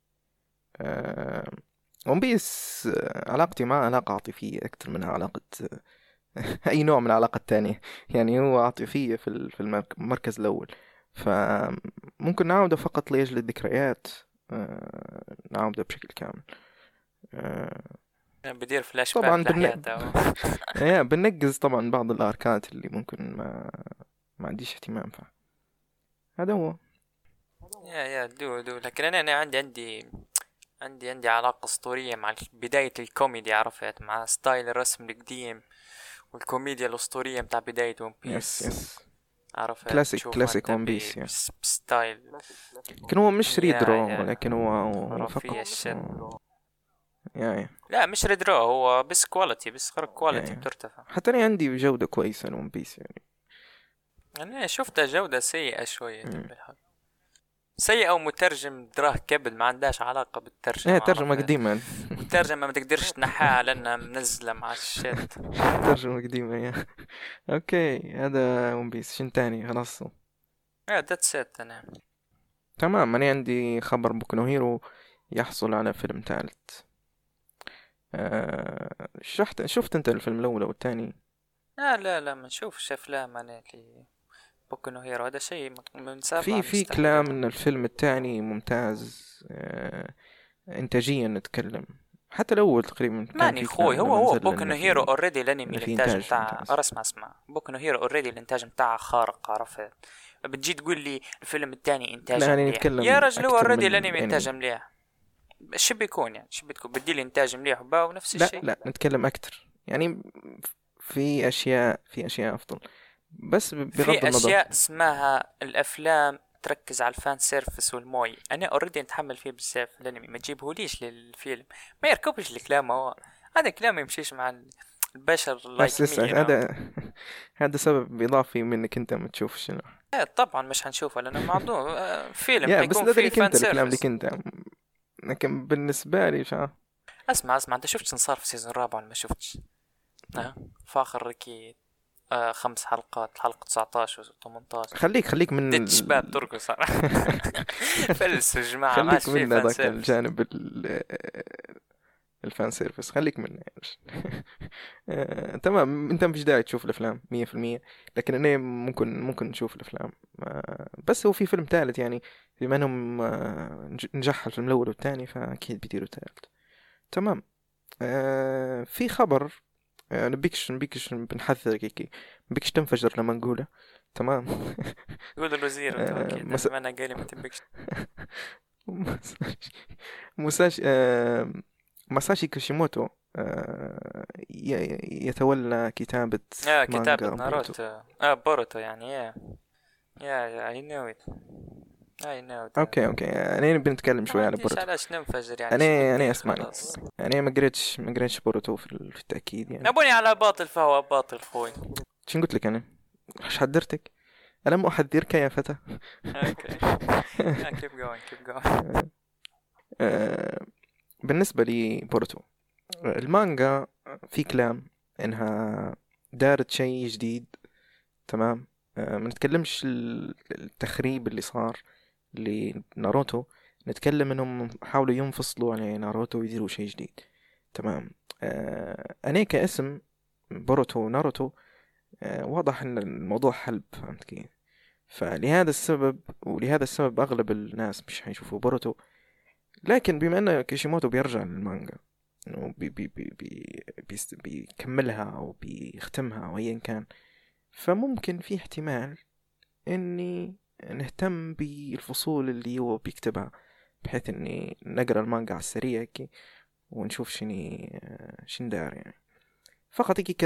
ون بيس علاقتي معه علاقة عاطفية أكثر منها علاقة أي نوع من العلاقة التانية. يعني هو عاطفية في المركز الأول. فممكن نعوده فقط لأجل الذكريات، نعوده بشكل كامل. آه،
بدير فلاش
طبعا
باك لحياته.
بننقز طبعا بعض الاركات اللي ممكن ما عنديش اهتمام فيها. هذا هو.
يا دو لكن انا عندي علاقة اسطورية مع بداية الكوميدي، عرفت، مع ستايل الرسم القديم والكوميديا الاسطورية متاع بداية ون
يس
بيس.
يس.
عرفت تشوف
كلاسيك
انت
ون بيس يعني.
بستايل.
لكن هو مش ريدرو،
يا
ولكن هو
خرافية
فقط
الشد.
يا
لا مش ريدرو، هو بس كواليتي، بس خرق كواليتي
يا
بترتفع.
حتى انا عندي جودة كويسة لون بيس يعني.
انا شفتها جودة سيئة شوية
مم.
بالحق، سيئة ومترجم دراه كبد، ما عندهاش علاقة بالترجمة،
ايه ترجمة
عرفت؟
قديمة.
والترجمة ما تقدرش تنحاها لأنها منزلة مع الشات.
ترجمة قديمة يا. اوكي، هذا ون بيس. شن تاني خلاص؟
ذاتس ات. أنا
تمام. انا عندي خبر بوكو نو هيرو يحصل على فيلم ثالث. شفت انت الفيلم الاول او الثاني؟
لا ما نشوفش أفلام أنا اللي بوكو نو هيرو، هذا شيء من سابع
في
مستحيل
كلام
أنا.
ان الفيلم الثاني ممتاز، انتاجيا نتكلم. حتى الاول تقريبا كان
ماني
في كلام
خوي،
لما
هو
نزل
بوكو نو
انه
هيرو
في
اوريدي الانمي الانتاج
انتاج
متاع
ممتاز.
اسمع بوكو نو هيرو اوريدي الانتاج متاعه خارق، عرفت؟ بتجي تقول لي الفيلم الثاني
لا
انتاجه
يعني
مليح يا
نتكلم
رجل، هو
اكثر
اوريدي
من
الانمي انتاجه
الانمي.
مليح. شو بيكون يعني، شو بتكون بدي لي انتاج مليح وباو نفس
لا
الشيء.
لا، نتكلم اكثر يعني. في اشياء افضل، بس بغض
في
النظر.
اشياء اسمها الافلام تركز على الفان سيرفس والموي، انا اوريدي نتحمل فيه بزاف الانمي، ما تجيبهوليش للفيلم، ما يركبش الكلام، هو هذا كلام ما يمشيش مع البشر لايك
بس
مي you know.
هذا هذا سبب اضافي منك انت ما تشوف شنو.
لا طبعا مش حنشوفه لانه موضوع فيلم
يا بس
حيكون
هذا
فيه
لك
فان
انت، الكلام لك
سيرفس.
انت. لكن بالنسبة لي
اسمع انت شفت صار في السيزون الرابع ولا ما شفتش؟ فاخر ركي 5 حلقات، الحلقة 19 و 18.
خليك من
ديت شباب ترقص. فلسوا يا جماعة، ما
خليك
عادش فيه
من
فان
ذاك
سيرفس.
الجانب الفان سيرفيس، خليك منه يا رجل. تمام. انت مش داعي تشوف الافلام 100%، لكن انا ممكن نشوف الافلام. بس هو في فيلم ثالث يعني، بما انهم نجح الفيلم الاول والثاني فاكيد بيديروا ثالث. تمام. في خبر، نبيكش بنحذرك هيك، نبيكش تنفجر لما نقوله. تمام.
يقول الوزير انت
آه،
اكيد
مس...
انا قايل ما تنبكش.
مساشي ماساشي كوشيموتو يتولى كتابة
كتابة
مانجا بوروتو.
ناروتو، بوروتو يعني يا I know it. I know that.
اوكي انا بنتكلم
ما
شوي على
عنديش
بوروتو.
علاش ننفجر يعني، شو
انا
بتدير
اسمعني،
خلاص.
انا ما قريتش بوروتو في التأكيد يعني.
ابوني على باطل فهو باطل خوي.
شو قلت لك انا؟ ايش حذرتك؟ ألم أحذرك يا فتى.
اوكي. keep going keep going.
آه، بالنسبة لي بوروتو، المانجا في كلام إنها دارت شيء جديد، تمام. ما نتكلمش التخريب اللي صار لناروتو، نتكلم إنهم حاولوا ينفصلوا عن ناروتو ويديروا شيء جديد، تمام. أنا كاسم بوروتو وناروتو، واضح إن الموضوع حلب، فهمت كيف؟ فلهذا السبب ولهذا السبب أغلب الناس مش حيشوفوا بوروتو. لكن بما أن كيشيموتو بيرجع للمانجا بيكملها أو بيختمها أو أيا كان، فممكن في احتمال إني نهتم بالفصول اللي هو بيكتبها، بحيث إني نقرأ المانجا على السريع كي ونشوف شن دار يعني. فقط هيك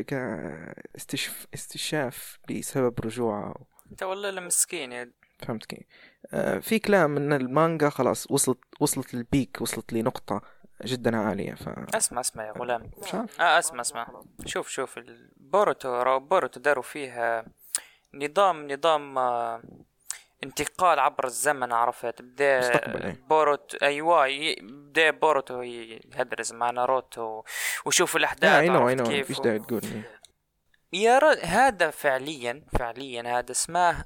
استشاف بسبب رجوعه.
انت والله المسكين يا
فهمت كيف؟ في كلام ان المانجا خلاص وصلت للبيك، وصلت لنقطة جدا عالية.
اسمع يا غلام.
مش عارف.
اسمع. شوف بوروتو داروا فيها نظام انتقال عبر الزمن، عرفت؟
مستقبل ايه.
بوروتو بدا بوروتو يهدرز مع ناروتو وشوف
يا
الاحداث،
اي
عرفت
نو
كيف؟
فيش داعي تقول إيه.
هذا فعليا هذا اسمه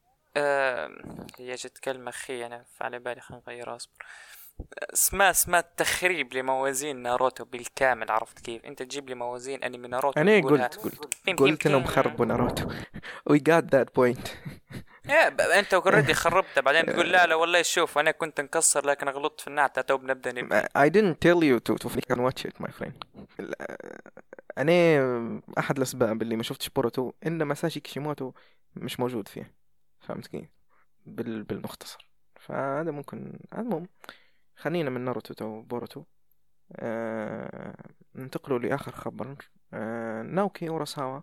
هي جت كلمة أخي أنا على بالي، خلينا نغير أصبر. اسمه التخريب لموازين ناروتو بالكامل، عرفت كيف؟ أنت تجيب لي موازين أنمي ناروتو
انا
تقولها
قلت انهم خربوا ناروتو. we got that point.
أنت اوريدي خربته، بعدين تقول لا والله شوف أنا كنت نكسر لكن غلطت في النعتة تو بنبدأ نبني.
I didn't tell you to freaking watch it my friend. انا احد الاسباب اللي ما شفتش بوروتو ان مساشي كيشيموتو مش موجود فيه، فهمت كيف؟ بالمختصر. فهذا ممكن. المهم خلينا من ناروتو تو بوروتو. ننتقلوا لآخر خبر. ناوكي أوراساوا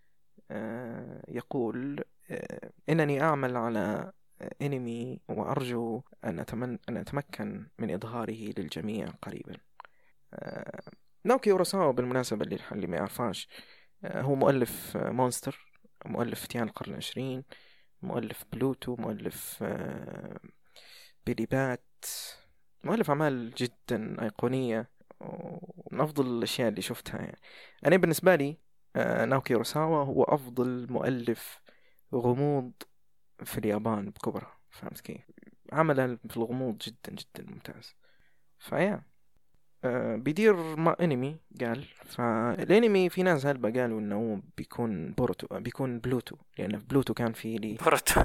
يقول إنني أعمل على أنمي وأرجو أن أتمكن من إظهاره للجميع قريبا. ناوكي أوراساوا بالمناسبة اللي ما يعرفاش، هو مؤلف مونستر، مؤلف فتيان القرن العشرين، مؤلف بلوتو، مؤلف بيلي بات، مؤلف أعمال جدا أيقونية ومن أفضل الأشياء اللي شفتها يعني. أنا بالنسبة لي ناوكي أوراساوا هو أفضل مؤلف غموض في اليابان بكبرى، فهمت كيف؟ عمله في الغموض جدا جدا ممتاز. فيا بيدير ما انمي قال، فالانمي في ناس هلبا قالوا انه هو بيكون بلوتو، لان في بلوتو كان في لي
بوروتو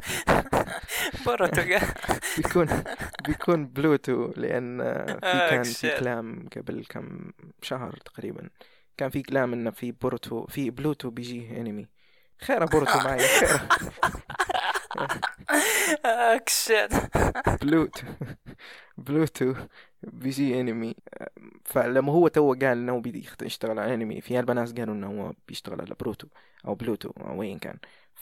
بيكون بلوتو، لان كان في
شيت.
كلام قبل كم شهر تقريبا، كان في كلام انه في بلوتو بيجيه انمي. خير بوروتو معي خير.
شيت.
بلوتو بيجي انمي. فلما هو تو قال انه بدي يشتغل على انمي، في البنات قالوا انه هو بيشتغل على بلوتو او وين كان.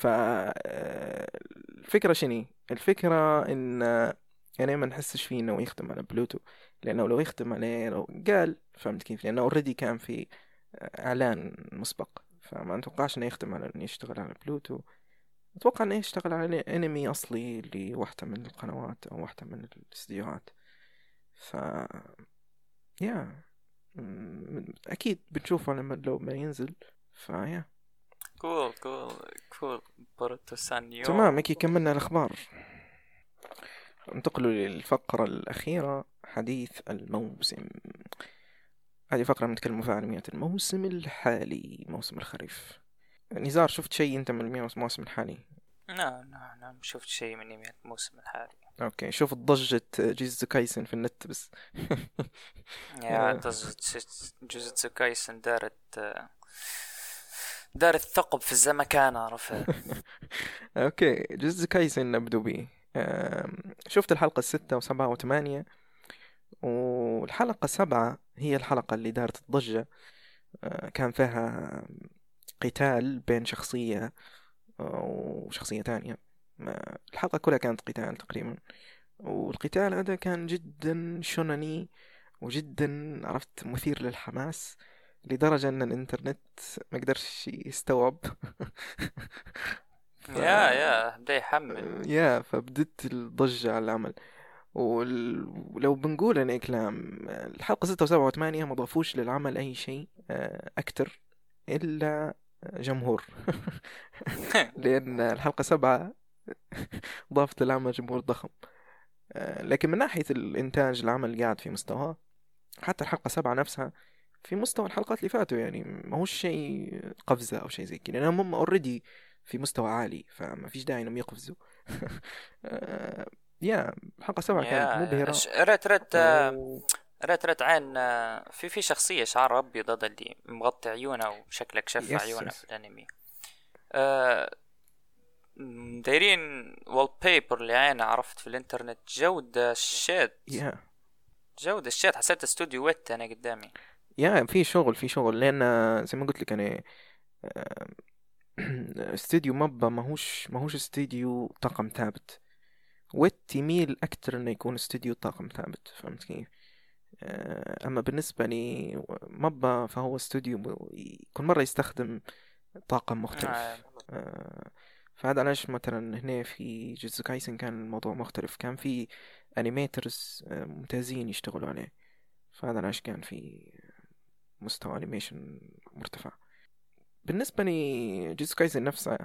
الفكرة شني؟ الفكرة ان انا ما نحسش فيه انه يختم على بلوتو، لانه لو يختم عليه لو قال، فهمت كيف؟ لانه اوريدي كان في اعلان مسبق، فما اتوقعش انه يختم على انه يشتغل على بلوتو. اتوقع انه يشتغل على انمي اصلي لواحدة من القنوات او واحدة من الاستديوهات. ف يا اكيد بنشوفه لو ما ينزل. فيا
كول بوروتو سانيو.
تمام. هيك كملنا الاخبار. انتقلوا للفقرة الأخيرة، حديث الموسم. هذه فقرة بنتكلم فيها عن أنميات الموسم الحالي، موسم الخريف. نزار، شفت شيء أنت من الموسم الحالي؟
نعم شفت شيء من انميات الموسم الحالي.
أوكي، شوف ضجة جيزو كايسن في النت بس.
يا جوجوتسو كايسن دارت ثقب في الزمكان، عرفت؟
أوكي، جيزو كايسن نبدو به. شفت الحلقة 6 و7 و8، والحلقة 7 هي الحلقة اللي دارت الضجة. كان فيها قتال بين شخصية وشخصية تانية. الحلقة كلها كانت قتال تقريبا، والقتال هذا كان جدا شونني وجدا عرفت مثير للحماس، لدرجة ان الانترنت ما قدرش يستوعب.
يا بدا يحمل.
فبدت الضجة على العمل. ولو بنقول أنا كلام، الحلقة 6 و7 و8 ما ضافوش للعمل أي شيء أكتر إلا جمهور. لأن الحلقة 7 ضافت للعمل جمهور ضخم. لكن من ناحية الإنتاج العمل قاعد في مستواه. حتى الحلقة 7 نفسها في مستوى الحلقات اللي فاتوا، يعني ما هوش شيء قفزة أو شيء زي كده، لأنهم هم اوريدي في مستوى عالي، فما فيش داعي إنهم يقفزوا. آه، الحلقة 7 كانت مبهرة.
ريت
و...
ريت عين في شخصية شعر أبيض هذا اللي مغطي عيونه وشكله كشف
يس
عيونه في
يس
الأنمي. آه، دايرين وول بيبر اللي عينه عرفت في الانترنت جودة الشات.
يا
جودة الشات حسيت استوديو ويت أنا قدامي.
في شغل لأن زي ما قلت لك أنا آه، استديو مابا ماهوش استديو طاقم ثابت. ويت يميل أكتر إنه يكون استديو طاقم ثابت، فهمت كيف؟ أما بالنسبة لي مابا فهو استوديو كل مرة يستخدم طاقم
آه،
مختلف. فهذا علاش مثلا هنا في جوجوتسو كايسن كان الموضوع مختلف، كان في انيميترز ممتازين يشتغلوا عليه. فهذا علاش كان في مستوى انيميشن مرتفع. بالنسبة لي جوجوتسو كايسن نفسه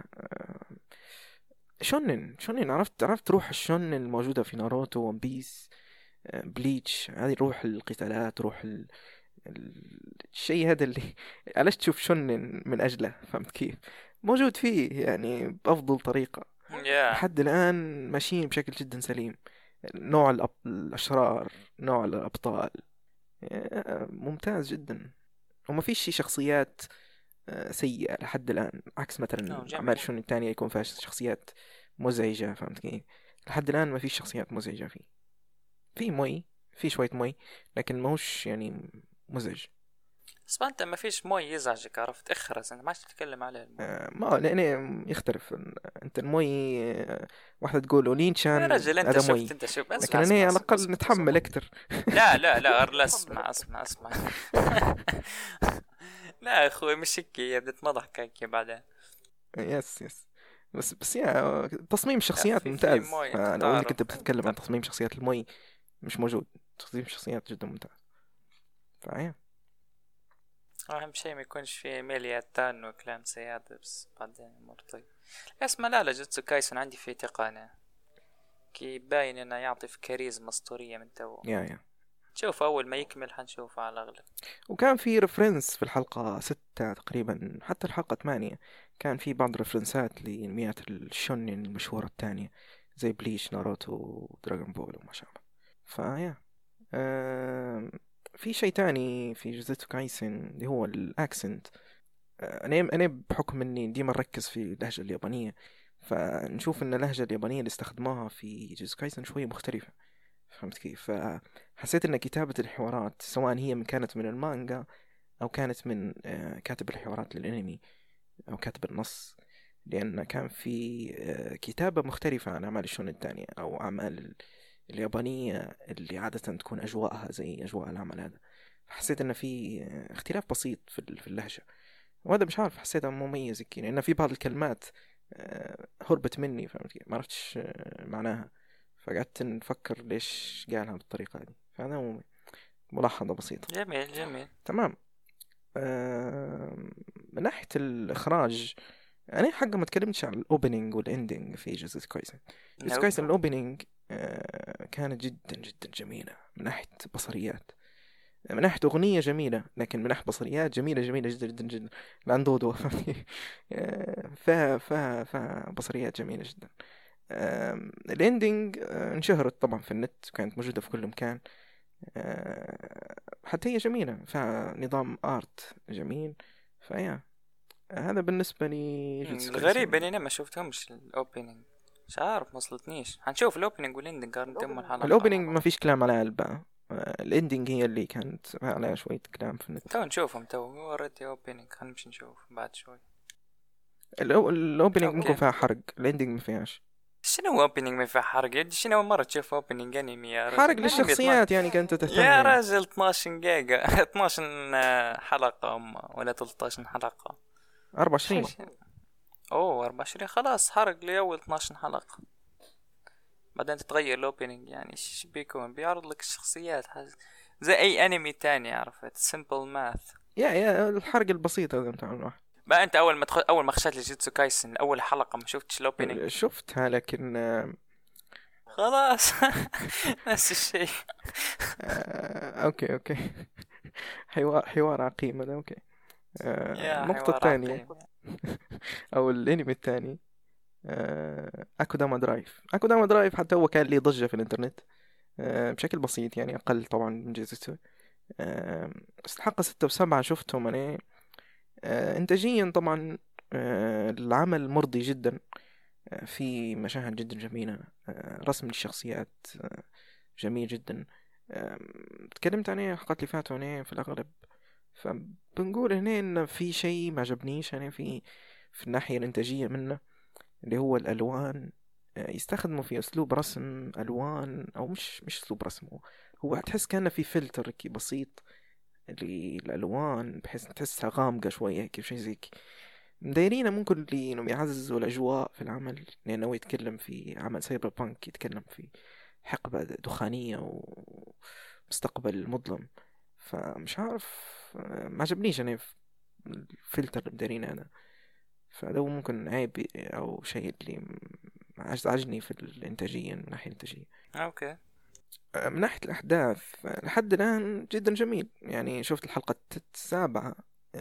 شونن عرفت روح الشونن الموجودة في ناروتو ون بيس بليتش. هذه روح القتالات، روح الشيء هذا اللي علاش تشوف شونن من أجله، فهمت كيف؟ موجود فيه يعني بأفضل طريقة.
يا
لحد الآن ماشيين بشكل جدا سليم. نوع الأشرار، نوع الأبطال ممتاز جدا. وما فيش شي شخصيات سيئة لحد الآن، عكس مثلا أعمال
جميل.
الشون التانية يكون فيها شخصيات مزعجة، فهمت كيف؟ لحد الآن ما فيش شخصيات مزعجة فيه. في موي، في شوية موي، لكن ماهوش يعني مزعج.
بس ما انت ما فيش موي يزعجك عرفت اخرس انت ما عادش تتكلم عليه الموي.
ما لأن يختلف. أنت الموي واحدة تقول أولين
يا
شان
رجل انت
هذا
شفت
موي،
انت شوف
لكن
اسمع
أنا
اسمع
على
اسمع
الأقل
اسكت
نتحمل
اصبر.
أكتر.
لا غير لا اسمع لا يا اخوي مش هيك هي بدت مضحك هيك بعدين.
يس بس يا تصميم
لا
الشخصيات
في
ممتاز،
موي انت
فلو انك
تعرف
انت بتتكلم عن
انت
تصميم شخصيات الموي مش موجود. تصميم الشخصيات جدا ممتاز. فاهم.
اهم شيء ما يكونش في مليات تان وكلام زيادة بس بعدين امور طيب. اسمع لا جوتسو كايسون عندي في تقانة كي باين انه يعطي في كاريزما اسطورية من تو.
يا
شوف اول ما يكمل حنشوفه على الاغلب.
وكان في ريفرنس في الحلقة 6 تقريبا، حتى الحلقة 8 كان في بعض ريفرنسات لأنميات الشونين المشهورة التانية زي بليش، ناروتو، ودراغون بول وما شابه. فيا في شيء تاني في جوجوتسو كايسن اللي هو الأكسنت. أنا بحكم إني ديما نركز في اللهجة اليابانية، فنشوف إن اللهجة اليابانية اللي استخدموها في جوجوتسو كايسن شوية مختلفة، فهمت كيف؟ فحسيت إن كتابة الحوارات سواء هي كانت من المانجا أو كانت من كاتب الحوارات للأنمي أو كاتب النص، لأن كان في كتابة مختلفة عن أعمال الشون التانية أو أعمال اليابانية اللي عادة تكون أجواءها زي أجواء العمل هذا. حسيت إن في اختلاف بسيط في اللهجة، وهذا مش عارف حسيتها مميز كي، لأن في بعض الكلمات هربت مني، فهمت كيف؟ ما عرفتش معناها، فقعدت نفكر ليش قالها بالطريقة هذه. فهذا ملاحظة بسيطة.
جميل.
تمام. من ناحية الإخراج، أنا حقا ما تكلمتش عن الأوبننج والإندنج في جوجوتسو كايسن. جوجوتسو
نو
كايسن الأوبننج كانت جدا جدا جميلة من ناحية بصريات، من ناحية أغنية جميلة، لكن من ناحية بصريات جميلة جدا جدا جدا. الأندودو بصريات جميلة جدا. الاندنج انشهرت طبعا في النت، كانت موجودة في كل مكان. حتى هي جميلة، فنظام آرت جميل. فيا هذا بالنسبة لي جوتسو
الغريب
كايسن.
اني انا ما شفتهمش الاوبننج مش عارف ما وصلتنيش حنشوف الاوبننج والاندنج نتم الحلقة.
الأوبننج ما فيش كلام على قلبها. الاندنج هي اللي كانت عليها شوية كلام في النت.
تو نشوفهم تو اوريدي اوبننج خلينا نشوف بعد شوي.
الأوبننج ممكن
اوكي
فيها حرق، الاندنج ما فيهاش
شنو هو اوبننج ما فيها حرق يا شنو اول مرة تشوف اوبننج انمي يا
حرق
رجل انمي 12
للشخصيات، يعني كنت تهتم
يا
يعني.
راجل 12 جيجا 12 حلقة ولا 13 حلقة
24.
حاجة اوه 24 خلاص حرق لي اول 12 حلقة. بعدين تتغير الاوبننج، يعني ايش بيكون بيعرض لك الشخصيات زي اي انمي تاني، عرفت؟ سمبل ماث.
يا الحرق البسيط هذا بتاع الواحد.
بقى انت اول ما اول ما خشيت لجيتسو كايسن اول حلقة ما شفتش الاوبننج؟
شفتها لكن
خلاص. نفس الشيء.
اوكي اوكي. حوار عقيم هذا. اوكي.
يا
النقطة
حوار
الثانية
عقيم.
او الانمي الثاني، اكوداما درايف. اكوداما درايف حتى هو كان لي ضجة في الانترنت بشكل بسيط، يعني اقل طبعا من جوجوتسو. بس الحلقة 6 و7 شفتهم انا. انتاجيا طبعا العمل مرضي جدا. في مشاهد جدا جميلة، رسم الشخصيات جميل جدا. تكلمت عنيه الحلقات اللي فاتوا هنا في الأغلب. فبنقول هنا إن في شيء ما عجبنيش أنا في الناحية الإنتاجية منه، اللي هو الألوان. يستخدموا في أسلوب رسم ألوان، أو مش أسلوب رسم، هو تحس كأنه في فلتر كي بسيط للألوان، بحيث تحسها غامقة شوية كيف شيء زي كي. مدايرينه ممكن إنهم يعززوا الأجواء في العمل، لأنه هو يتكلم في عمل سايبر بانك، يتكلم في حقبة دخانية ومستقبل مظلم. فمش عارف، ما عجبنيش أنا في الفلتر اللي مدايرينه أنا. فده ممكن عيب أو شيء اللي أزعجني في الإنتاجية، من الناحية الإنتاجية.
اوكي.
من ناحية الأحداث لحد الآن جدا جميل. يعني شفت الحلقة 7،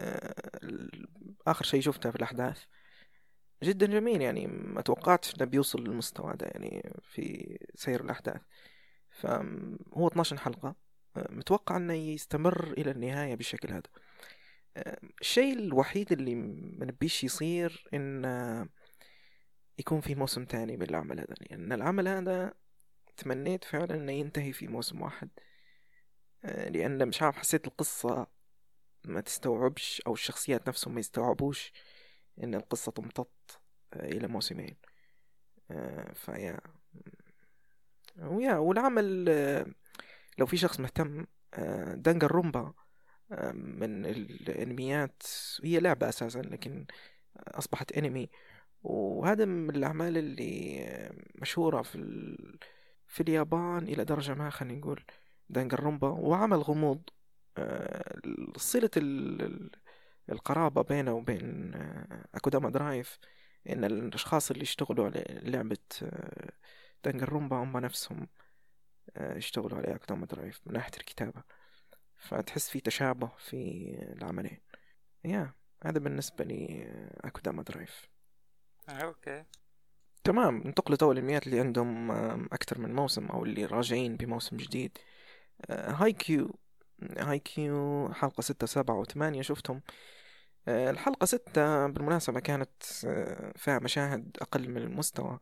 آخر شيء شفتها في الأحداث جدا جميل. يعني ما توقعتش انه بيوصل للمستوى ده يعني في سير الأحداث. فهو 12 حلقة، متوقع انه يستمر إلى النهاية بالشكل هذا. الشيء الوحيد اللي منبيش يصير إن يكون في موسم تاني بالعمل هذا، لأن العمل هذا تمنيت فعلا انه ينتهي في موسم واحد. لأن مش عارف، حسيت القصة ما تستوعبش، أو الشخصيات نفسهم ما يستوعبوش إن القصة تمتط إلى موسمين. فيا والعمل لو في شخص مهتم، دانجر رومبا من الانميات. هي لعبة اساسا لكن اصبحت انمي، وهذا من الاعمال اللي مشهورة في اليابان الى درجة ما، خلينا نقول. دانجر رومبا وعمل غموض. صلة القرابة بينه وبين اكوداما درايف، ان الاشخاص اللي اشتغلوا على لعبة دانجر رومبا هم نفسهم يشتغلوا على أكوداما درايف من ناحية الكتابة. فتحس في تشابه في العملين. هذا بالنسبة لي أكوداما درايف.
اوكي.
تمام، ننتقل لتو الأنميات اللي عندهم أكثر من موسم، أو اللي راجعين بموسم جديد. هاي كيو. هاي كيو حلقة 6 و7 و8 شفتهم. الحلقة 6 بالمناسبة كانت فيها مشاهد أقل من المستوى.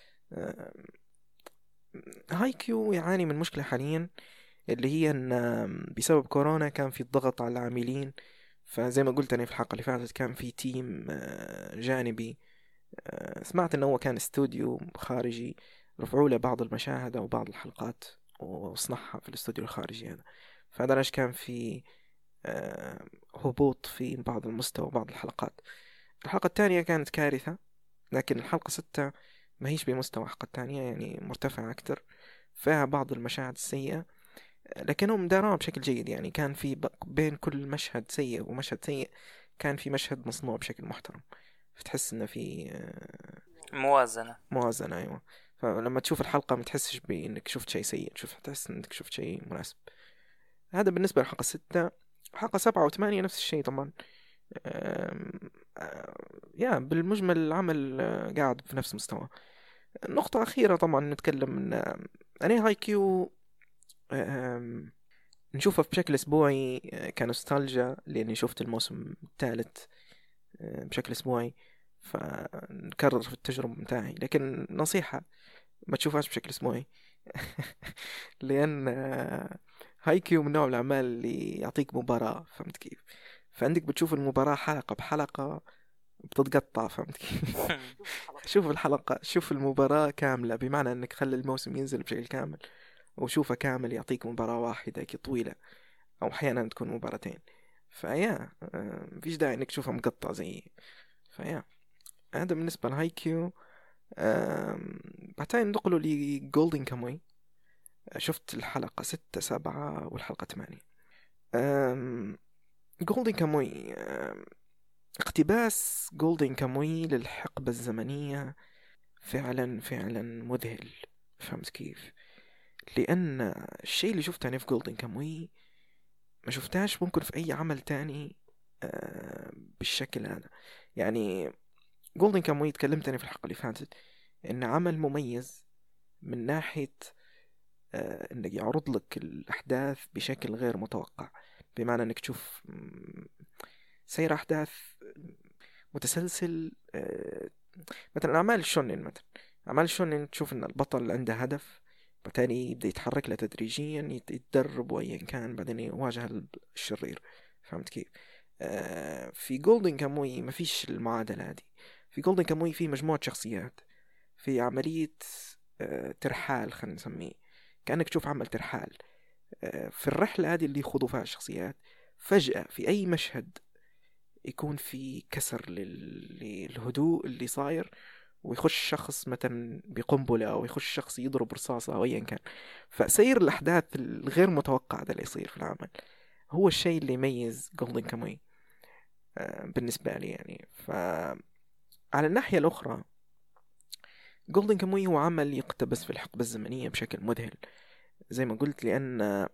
هاي كيو يعاني من مشكلة حاليا، اللي هي ان بسبب كورونا كان في ضغط على العاملين. فزي ما قلت انا في الحلقة اللي فاتت، كان في تيم جانبي. سمعت انه هو كان استوديو خارجي، رفعوا له بعض المشاهد او بعض الحلقات وصنعها في الاستوديو الخارجي هذا. فهذا ليش كان في هبوط في بعض المستوى بعض الحلقات. الحلقة الثانية كانت كارثة، لكن الحلقة 6 ما هيش بمستوى الحلقة الثانية، يعني مرتفعة أكتر، فيها بعض المشاهد السيئة لكنهم داروها بشكل جيد. يعني كان في بين كل مشهد سيء ومشهد سيء كان في مشهد مصنوع بشكل محترم، فتحس انه في
موازنة.
موازنة. ايوه. فلما تشوف الحلقة ما تحسش بانك شفت شيء سيء، تحس انك شفت شيء مناسب. هذا بالنسبة للحلقة 6. حلقة 7 و8 نفس الشيء طبعا. بالمجمل العمل قاعد في نفس المستوى. نقطة أخيرة طبعا نتكلم إن أنا هاي كيو نشوفها بشكل أسبوعي كنوستالجيا، لأني شفت الموسم الثالث بشكل أسبوعي، فنكرر في التجربة متاعي. لكن نصيحة، ما تشوفهاش بشكل أسبوعي. لأن هايكيو من نوع الأعمال اللي يعطيك مباراة، فهمت كيف؟ فعندك بتشوف المباراة حلقة بحلقة بتتقطع، فهمت كيف؟ شوف الحلقة، شوف المباراة كاملة، بمعنى أنك خلي الموسم ينزل بشكل كامل وشوفه كامل، يعطيك مباراة واحدة كي طويلة، أو أحيانا تكون مباراتين. فيا مفيش داعي إنك تشوفها مقطع زي. فيا هذا بالنسبة لهايكيو. بعدين ننتقلوا لجولدن كاموي. شفت الحلقة 6 7 والحلقة 8. جولدن كاموي، اقتباس جولدن كاموي للحقبة الزمنية فعلا فعلا مذهل. فهمت كيف؟ لأن الشيء اللي شفته أنا في جولدن كاموي ما شفتهاش ممكن في أي عمل تاني بالشكل هذا. يعني جولدن كاموي تكلمت أنا في الحلقة اللي فاتت إن عمل مميز من ناحية إنه يعرض لك الأحداث بشكل غير متوقع، بمعنى إنك تشوف سير أحداث متسلسل. مثلا أعمال الشونين، مثلا أعمال الشونين تشوف إن البطل عنده هدف، بالتالي يبدأ يتحرك له تدريجيا، يتدرب وأيا كان، بعدين يواجه الشرير. فهمت كيف؟ في جولدن كاموي ما فيش المعادلة هذه. في جولدن كاموي في مجموعة شخصيات، في عملية ترحال، خلينا نسميه كأنك تشوف عمل ترحال. في الرحلة هذه اللي يخوضوا فيها الشخصيات، فجأة في أي مشهد يكون في كسر للهدوء اللي صاير، ويخش شخص مثلا بقنبلة، أو يخش شخص يضرب رصاصة أو أيا كان. فسير الأحداث الغير متوقع ده اللي يصير في العمل هو الشيء اللي يميز جولدن كاموي بالنسبة لي. يعني على الناحية الأخرى جولدن كاموي هو عمل يقتبس في الحقبة الزمنية بشكل مذهل زي ما قلت، لأن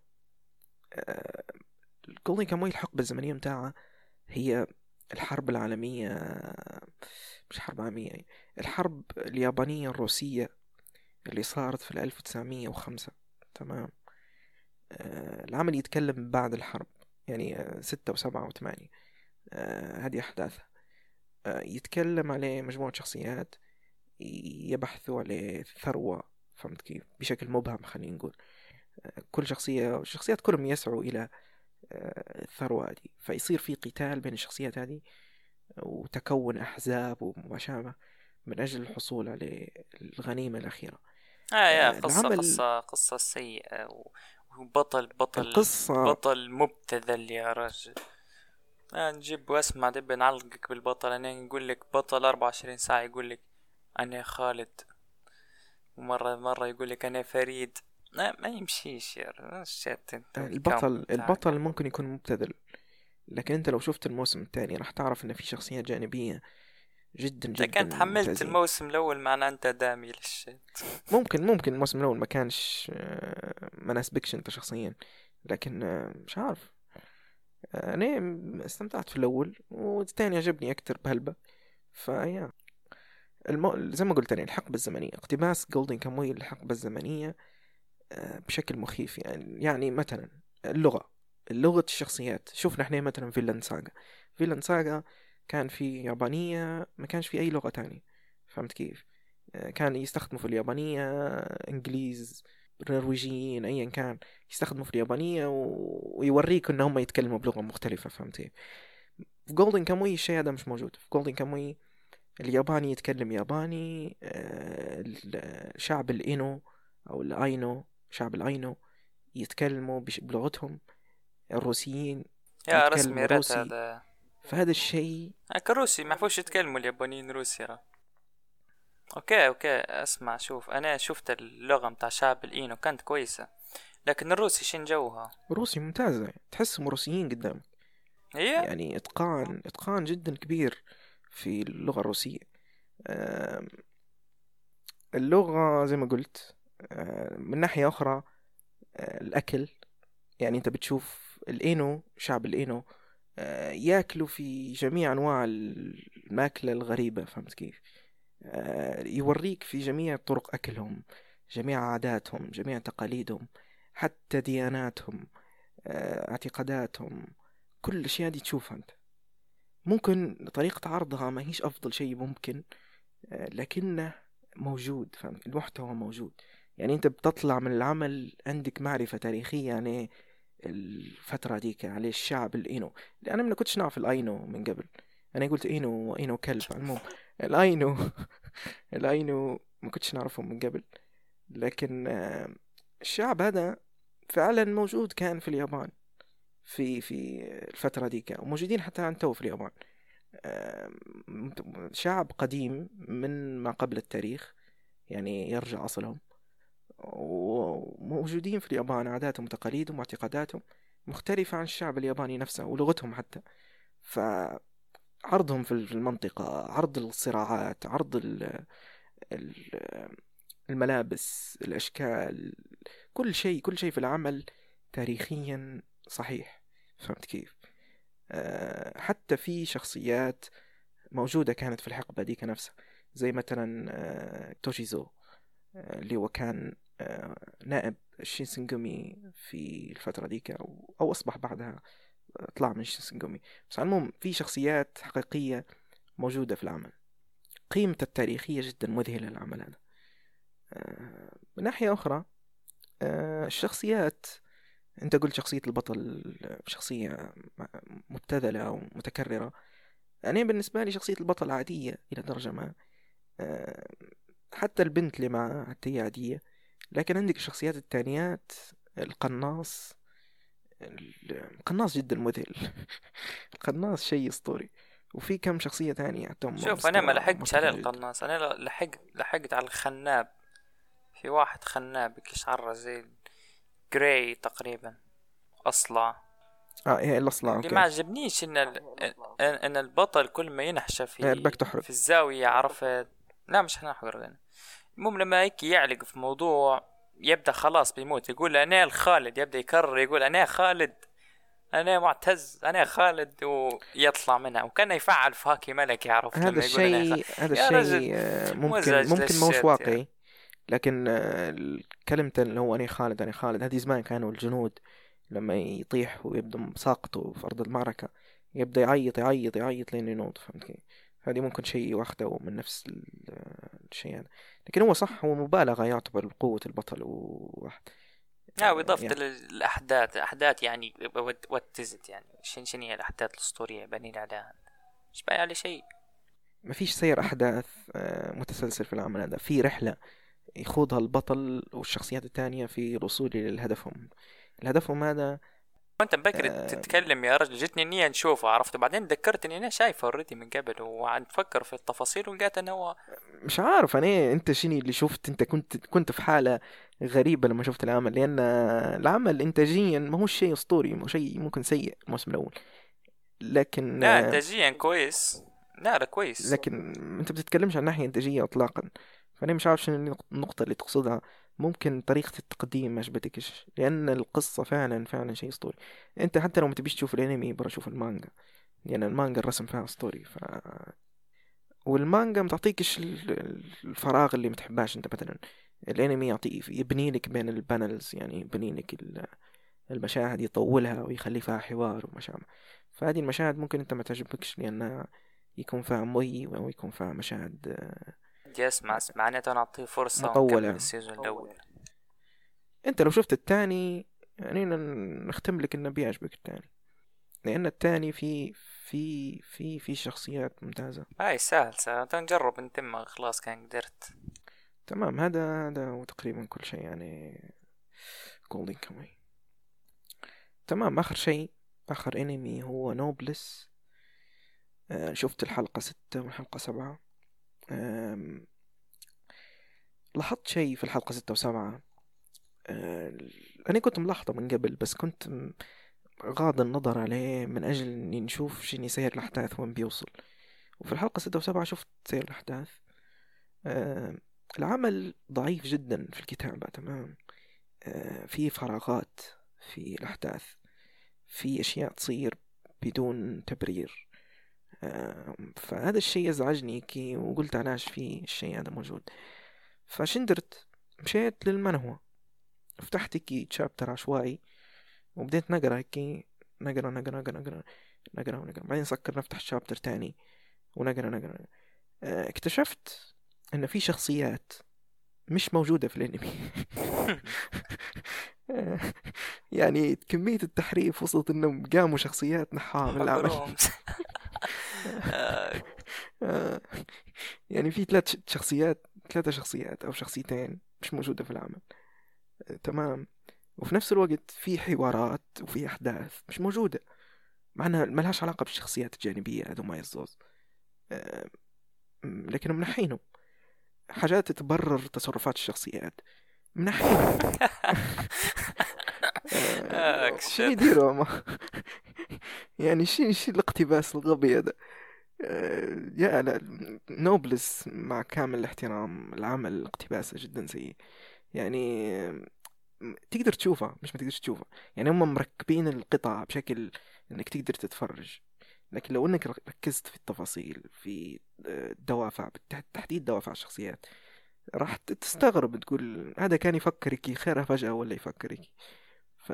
جولدن كاموي الحقبة الزمنية متاعها هي الحرب العالمية، مش حرب عالمية، الحرب اليابانية الروسية اللي صارت في 1905. تمام. العمل يتكلم بعد الحرب، يعني 6 و7 و8. هذه أحداثها. يتكلم عليه مجموعة شخصيات يبحثوا على ثروة. فهمت كيف؟ بشكل مبهم خلينا نقول. كل الشخصيات كلهم يسعوا إلى الثروة هذه، فيصير في قتال بين الشخصيات هذه، وتكون أحزاب وما شابه من أجل الحصول على الغنيمة الأخيرة.
يا قصة
العمل،
قصة سيئة، وبطل
القصة،
بطل مبتذل يا رجل. نجيب واسمع دب نعلقك بالبطل، انا نقول لك بطل 24 ساعة يقول لك انا خالد، ومرة يقول لك انا فريد. ما يمشيش يا رجل، انت والكم بتاعك.
البطل ممكن يكون مبتذل، لكن انت لو شفت الموسم الثاني راح تعرف ان في شخصيات جانبية جدا
انت
جدا
كنت حملت
ممتازين.
الموسم الاول معناه انت دامي للشيء.
ممكن الموسم الاول ما كانش ما ناسبكش انت شخصيا، لكن مش عارف. انا استمتعت في الاول، والثاني عجبني اكتر بهلبة. فيا زي ما قلت، يعني الحقبة الزمنية، اقتباس جولدن كاموي للحقبة الزمنية بشكل مخيف. يعني مثلا اللغة الشخصيات، شوفنا احنا مثلا فيلاند ساغا كان في يابانية، ما كانش في أي لغة تانية. فهمت كيف؟ كان يستخدموا في اليابانية إنجليز، نرويجيين، أيا كان يستخدموا في اليابانية ويوريك إن هم يتكلموا بلغة مختلفة. فهمت كيف؟ في جولدن كاموي الشيء هذا مش موجود. في جولدن كاموي الياباني يتكلم ياباني، الشعب الإينو أو الآينو، شعب الآينو يتكلموا بلغتهم. الروسيين
يا رسمي
يتكلموا
رات
روسي.
هذا.
فهذا الشيء
هكا روسي ما فوش يتكلموا اليابانيين روسي اوكي اسمع، شوف انا شفت اللغة متاع شعب الاينو كانت كويسة، لكن الروسي شين جوها.
روسي ممتازة، تحسهم روسيين قدامك.
هي
يعني إتقان جدا كبير في اللغة الروسية. آم، اللغة زي ما قلت. من ناحية أخرى الأكل، يعني أنت بتشوف الإينو، شعب الإينو ياكلوا في جميع أنواع الماكلة الغريبة. فهمت كيف؟ يوريك في جميع طرق أكلهم، جميع عاداتهم، جميع تقاليدهم، حتى دياناتهم، اعتقاداتهم. كل الأشياء دي تشوفها أنت. ممكن طريقة عرضها ما هيش أفضل شيء ممكن، لكنه موجود. فهمت؟ المحتوى موجود. يعني أنت بتطلع من العمل عندك معرفة تاريخية عن الفترة ديك، على الشعب الإينو. لأن أنا ما كنتش نعرف الأينو من قبل. أنا قلت إينو كلب. المهم الأينو الأينو ما كنتش نعرفهم من قبل، لكن الشعب هذا فعلا موجود كان في اليابان في الفترة ديك، وموجودين حتى عن تو في اليابان. شعب قديم من ما قبل التاريخ، يعني يرجع أصلهم، وموجودين في اليابان عاداتهم وتقاليدهم واعتقاداتهم مختلفة عن الشعب الياباني نفسه ولغتهم حتى. فعرضهم في المنطقة، عرض الصراعات، عرض ال- الملابس، الأشكال، كل شيء في العمل تاريخيا صحيح. فهمت كيف؟ حتى في شخصيات موجودة كانت في الحقبة ديك نفسها، زي مثلا توشيزو، اللي هو كان نائب الشينسينغومي في الفترة ديك، أو أصبح بعدها طلع من الشينسينغومي. بس على المهم في شخصيات حقيقية موجودة في العمل، قيمته التاريخية جدا مذهلة العمل هذا. من ناحية أخرى الشخصيات، أنت قلت شخصية البطل شخصية مبتذلة أو متكررة. أنا بالنسبة لي شخصية البطل عادية إلى درجة ما. آه، حتى البنت اللي معها حتى هي عادية. لكن عندك الشخصيات التانيات، القناص. القناص جدا مذهل. القناص شيء أسطوري. وفي كم شخصية تانية حتى هم
شوف انا ما
مستوى
لحقتش على
مرتفع جدا.
القناص، انا لحقت على الخناب. في واحد خناب يشعر زي جراي تقريبا، اصلع.
هي الأصلع
اللي ما
أوكي.
عجبنيش ان البطل كل ما ينحشى
بدك تحرق.
في الزاوية، عرفت؟ لا مش هنحضر انا. المهم لما هيك يعلق في موضوع يبدأ خلاص بيموت، يقول انا الخالد، يبدأ يكرر يقول انا خالد، انا معتز، انا خالد، ويطلع منها وكان يفعل في هاكي ملكي، عرفت؟
هذا
لما يقول انا
الشيء هذا
يا رجل
الشيء ممكن
مزعج
ممكن موش
للشات يعني.
واقعي. لكن كلمة اللي هو أنا خالد أنا خالد، هذه زمان كانوا الجنود لما يطيح ويبدو ساقطه في أرض المعركة يبدأ يعيط يعيط يعيط لين ينوض. فهمت كيف؟ هذه ممكن شيء واخده من نفس الشيء هذا. لكن هو صح، هو مبالغة يعتبر بقوة البطل وواحد.
وإضافة
يعني
الأحداث يعني واتزت يعني شن هي الأحداث الأسطورية بنين عليها، مش باين على شيء.
ما فيش سير أحداث متسلسل في العمل هذا، في رحلة يخوضها البطل والشخصيات التانية في الوصول إلى الهدفهم هذا.
وانت مبكر
آه،
تتكلم يا رجل، جتني النية نشوفه، عرفت؟ بعدين ذكرت اني انا شايفه اوريدي من قبل وعم تفكر في التفاصيل ولقيت انه هو
مش عارف انا انت شنو اللي شفت، انت كنت في حالة غريبة لما شفت العمل، لان العمل انتاجيا ما هو شيء اسطوري، ما هو شيء ممكن سيء الموسم الاول. لكن
لا انتاجيا كويس، لا كويس.
لكن انت بتتكلمش عن ناحية انتاجية اطلاقا. فانا مش عارف شنو النقطة اللي تقصدها. ممكن طريقة التقديم ما عجبتكش، لان القصة فعلا شيء اسطوري. انت حتى لو ما تبيش تشوف الانمي برا شوف المانجا، لان المانجا الرسم فيها اسطوري. والمانجا متعطيكش الفراغ اللي متحباش انت. مثلا الانمي يعطي يبني لك بين البانلز، يعني يبني لك المشاهد، يطولها ويخلي فيها حوار ومشاعر. فهذه المشاهد ممكن انت ما تعجبكش لان يكون فيها مي او يكون فيها مشاهد
بدي اسمع معناته نعطيه فرصة ونكمل
مطولة.
السيزون الاول.
انت لو شفت التاني يعني نختم لك انه بيعجبك التاني، لان التاني في شخصيات ممتازة.
هاي سهل سهل نجرب نتم، خلاص كان قدرت.
تمام، هذا هو تقريبا كل شيء يعني. جولدن كاموي. تمام، آخر أنمي هو نوبلس. شفت الحلقة 6 والحلقة 7. آم، لاحظت شيء في الحلقة 6 و7. أنا كنت ملاحظة من قبل، بس كنت غاض النظر عليه من أجل إني نشوف شنو يسير الأحداث وين بيوصل. وفي الحلقة 6 و7 شفت سير الأحداث. العمل ضعيف جدا في الكتابة. تمام. في فراغات في الأحداث، في أشياء تصير بدون تبرير. فهذا الشيء ازعجني كي، وقلت علاش في الشيء هذا موجود. فشندرت مشيت للمنهوى، فتحت كي تشابتر عشوائي وبديت نقرا كي، نقرا. بعدين سكر نفتح شابتر تاني ونقرا. اكتشفت ان في شخصيات مش موجودة في الانمي. يعني كمية التحريف وصلت انهم قاموا شخصيات نحاها من العمل.
حضروهم.
آه، يعني في 3 شخصيات أو شخصيتين مش موجودة في العمل. تمام. وفي نفس الوقت في حوارات وفي أحداث مش موجودة. مع انها ملهاش علاقة بالشخصيات الجانبية هذو ما يزوز، لكن منحينهم حاجات تبرر تصرفات الشخصيات، منحينهم. شنو
اكشن.
يديروا هما؟ يعني شي الاقتباس الغبي هذا. يا لا، نوبلس مع كامل الاحترام العمل الاقتباسي جدا سيء. يعني تقدر تشوفها، مش ما تقدرش تشوفها، يعني هم مركبين القطع بشكل انك تقدر تتفرج. لكن لو انك ركزت في التفاصيل، في الدوافع، بالتحديد دوافع الشخصيات، راح تستغرب، تقول هذا كان يفكرك خيرها فجأة ولا يفكرك. ف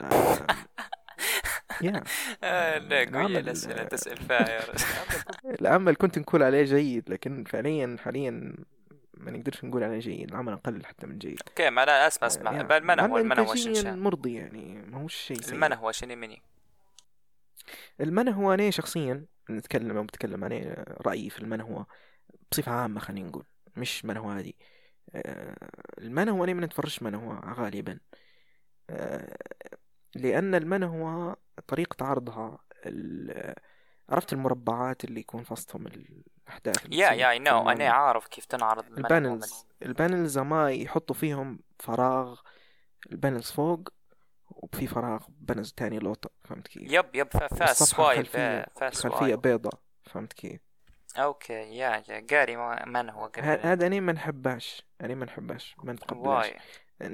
يا
لا قوية
العمل
الأسئلة تسأل فيها يا رجل.
العمل كنت نقول عليه جيد، لكن فعليا حاليا ما نقدرش نقول عليه جيد، العمل أقل حتى من جيد.
اوكي معناها اسمع
يا مع أن
المنهوى
إنتاجيا
شنشان.
مرضي، يعني ما هوش شيء سيء.
المنهوى شنو مني.
المنهوى أنا شخصيا نتكلم أو بتكلم عن رأيي في المنهوى بصفة عامة، خلينا نقول مش منهوى هذه. المنهوى أنا ما نتفرجش منهوى غالبا، آه، لأن المنهوى طريقة عرضها عرفت المربعات اللي يكون في وسطهم الأحداث اللي تصير
يا
في
نو انا
الماضي،
عارف كيف تنعرض المنهوى من.
البانلز ما يحطوا فيهم فراغ، البانلز فوق وفي فراغ بانلز تاني لوطة، فهمت كيف؟
يب فاس
والصفحة
سوايب. فاس
الخلفية
سوايب.
بيضة، فهمت كيف؟
اوكي يا قاري منهوى قبل انت.
هذا أنا ما نحباش، أنا ما نحباش، ما نتقبلاش.
واي.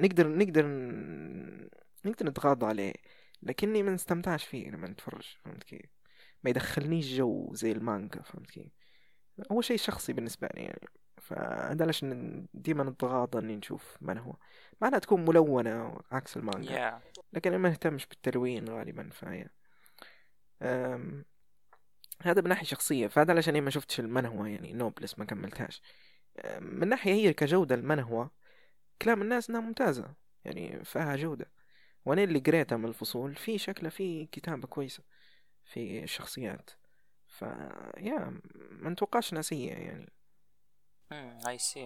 نقدر نتغاضى عليه، لكني ما نستمتعش فيه لما نتفرج، فهمت كيف؟ ما يدخلنيش جو زي المانجا، فهمت كيف؟ هو شيء شخصي بالنسبة لي يعني. فهذا علاش ديما نتغاضى اني نشوف من هو، مع انها تكون ملونة عكس المانجا،
يا
لكن أنا ما نهتمش بالتلوين غالبا. فهي أم... هذا من ناحية شخصية، فهذا علاش أنا ما شفتش المنهوى، يعني نوبلس ما كملتهاش. من ناحية هي كجودة المنهوى، كلام الناس انها ممتازة، يعني فيها جودة. وانا اللي قريتها من الفصول في شكله في كتابة كويسة في الشخصيات. ف ما نتوقعش انها سيئة يعني.
اي سي.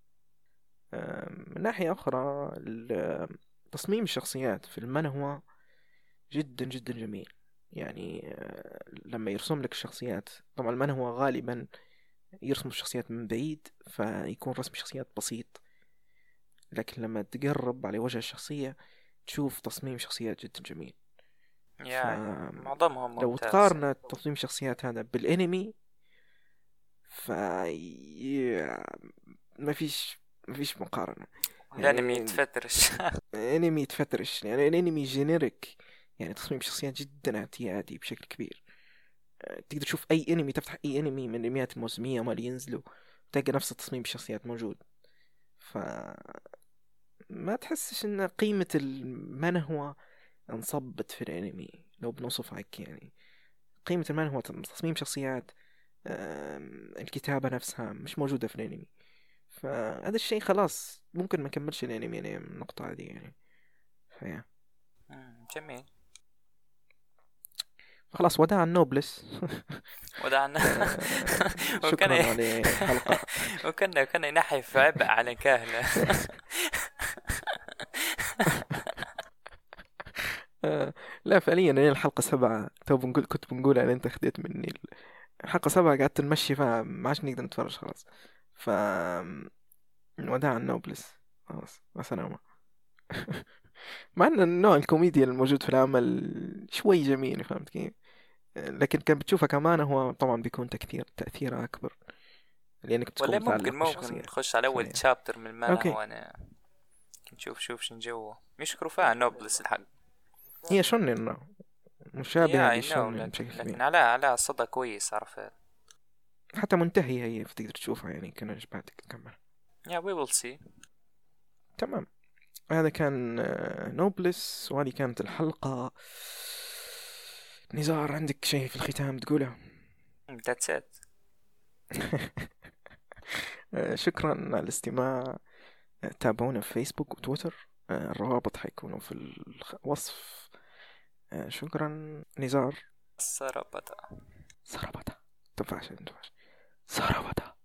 من ناحية أخرى، تصميم الشخصيات في المنهوى جدا جدا جميل. يعني لما يرسم لك الشخصيات، طبعا المنهوى غالبا يرسم الشخصيات من بعيد، فيكون رسم الشخصيات بسيط، لكن لما تقرب على وجه الشخصية تشوف تصميم شخصيات جدا جميل.
يا معظمهم
لو
ممتاز.
تقارن تصميم الشخصيات هذا بالانمي، ف ما فيش مقارنة.
الانمي
يعني
يتفترش.
انمي تفترش، يعني الانمي جينيريك، يعني تصميم شخصيات جدا اعتيادي بشكل كبير. تقدر تشوف اي انمي، تفتح اي انمي من الانميات الموسمية ما اللي ينزلوا، تلقى نفس التصميم الشخصيات موجود. ف ما تحسش ان قيمة المنهوى انصبت في الانمي لو بنوصفها هيك يعني. قيمة المنهوى تصميم شخصيات، الكتابة نفسها مش موجودة في الانمي. فهذا الشيء خلاص ممكن ما كملش الانمي يعني من النقطة هذه يعني. فيا
جميل.
خلاص، وداعا نوبلس.
ودعنا. وكان
شكرا على الحلقة.
وكان ينحف عبء على كاهلة.
لا فعليا يعني الحلقة 7 كنت بنقول أن أنت خديت مني الحلقة 7 قعدت نمشي فيها، ما عادش نقدر نتفرج خلاص. ف وداعا نوبلس، خلاص مع السلامة. مع ان النوع الكوميديا الموجود في العمل شوي جميل، فهمت كيف؟ لكن كان بتشوفه كمان هو طبعا بيكون تأثيره أكبر، لأنك بتكون
ولا ممكن
متعلق بالشخصية.
نخش على اول
فهي.
تشابتر من المانهوا،
أوكي،
وانا نشوف شن جوه يشكروا فيها نوبلس الحق.
هي شونن مشابهة
يا اي نو،
للشونن بشكل
لكن
كبير،
على صدى كويس عرفت.
حتى منتهية هي، فتقدر تشوفها يعني كنا بعدك تكمل.
يا وي ويل سي.
تمام. هذا كان نوبلس، وهذه كانت الحلقة. نزار، عندك شيء في الختام تقوله؟
ذاتس ات.
شكرا على الاستماع. تابعونا في فيسبوك وتويتر، الروابط حيكونوا في الوصف. شكرا نزار.
سربتا.
سربتا. تنفعش سربتا.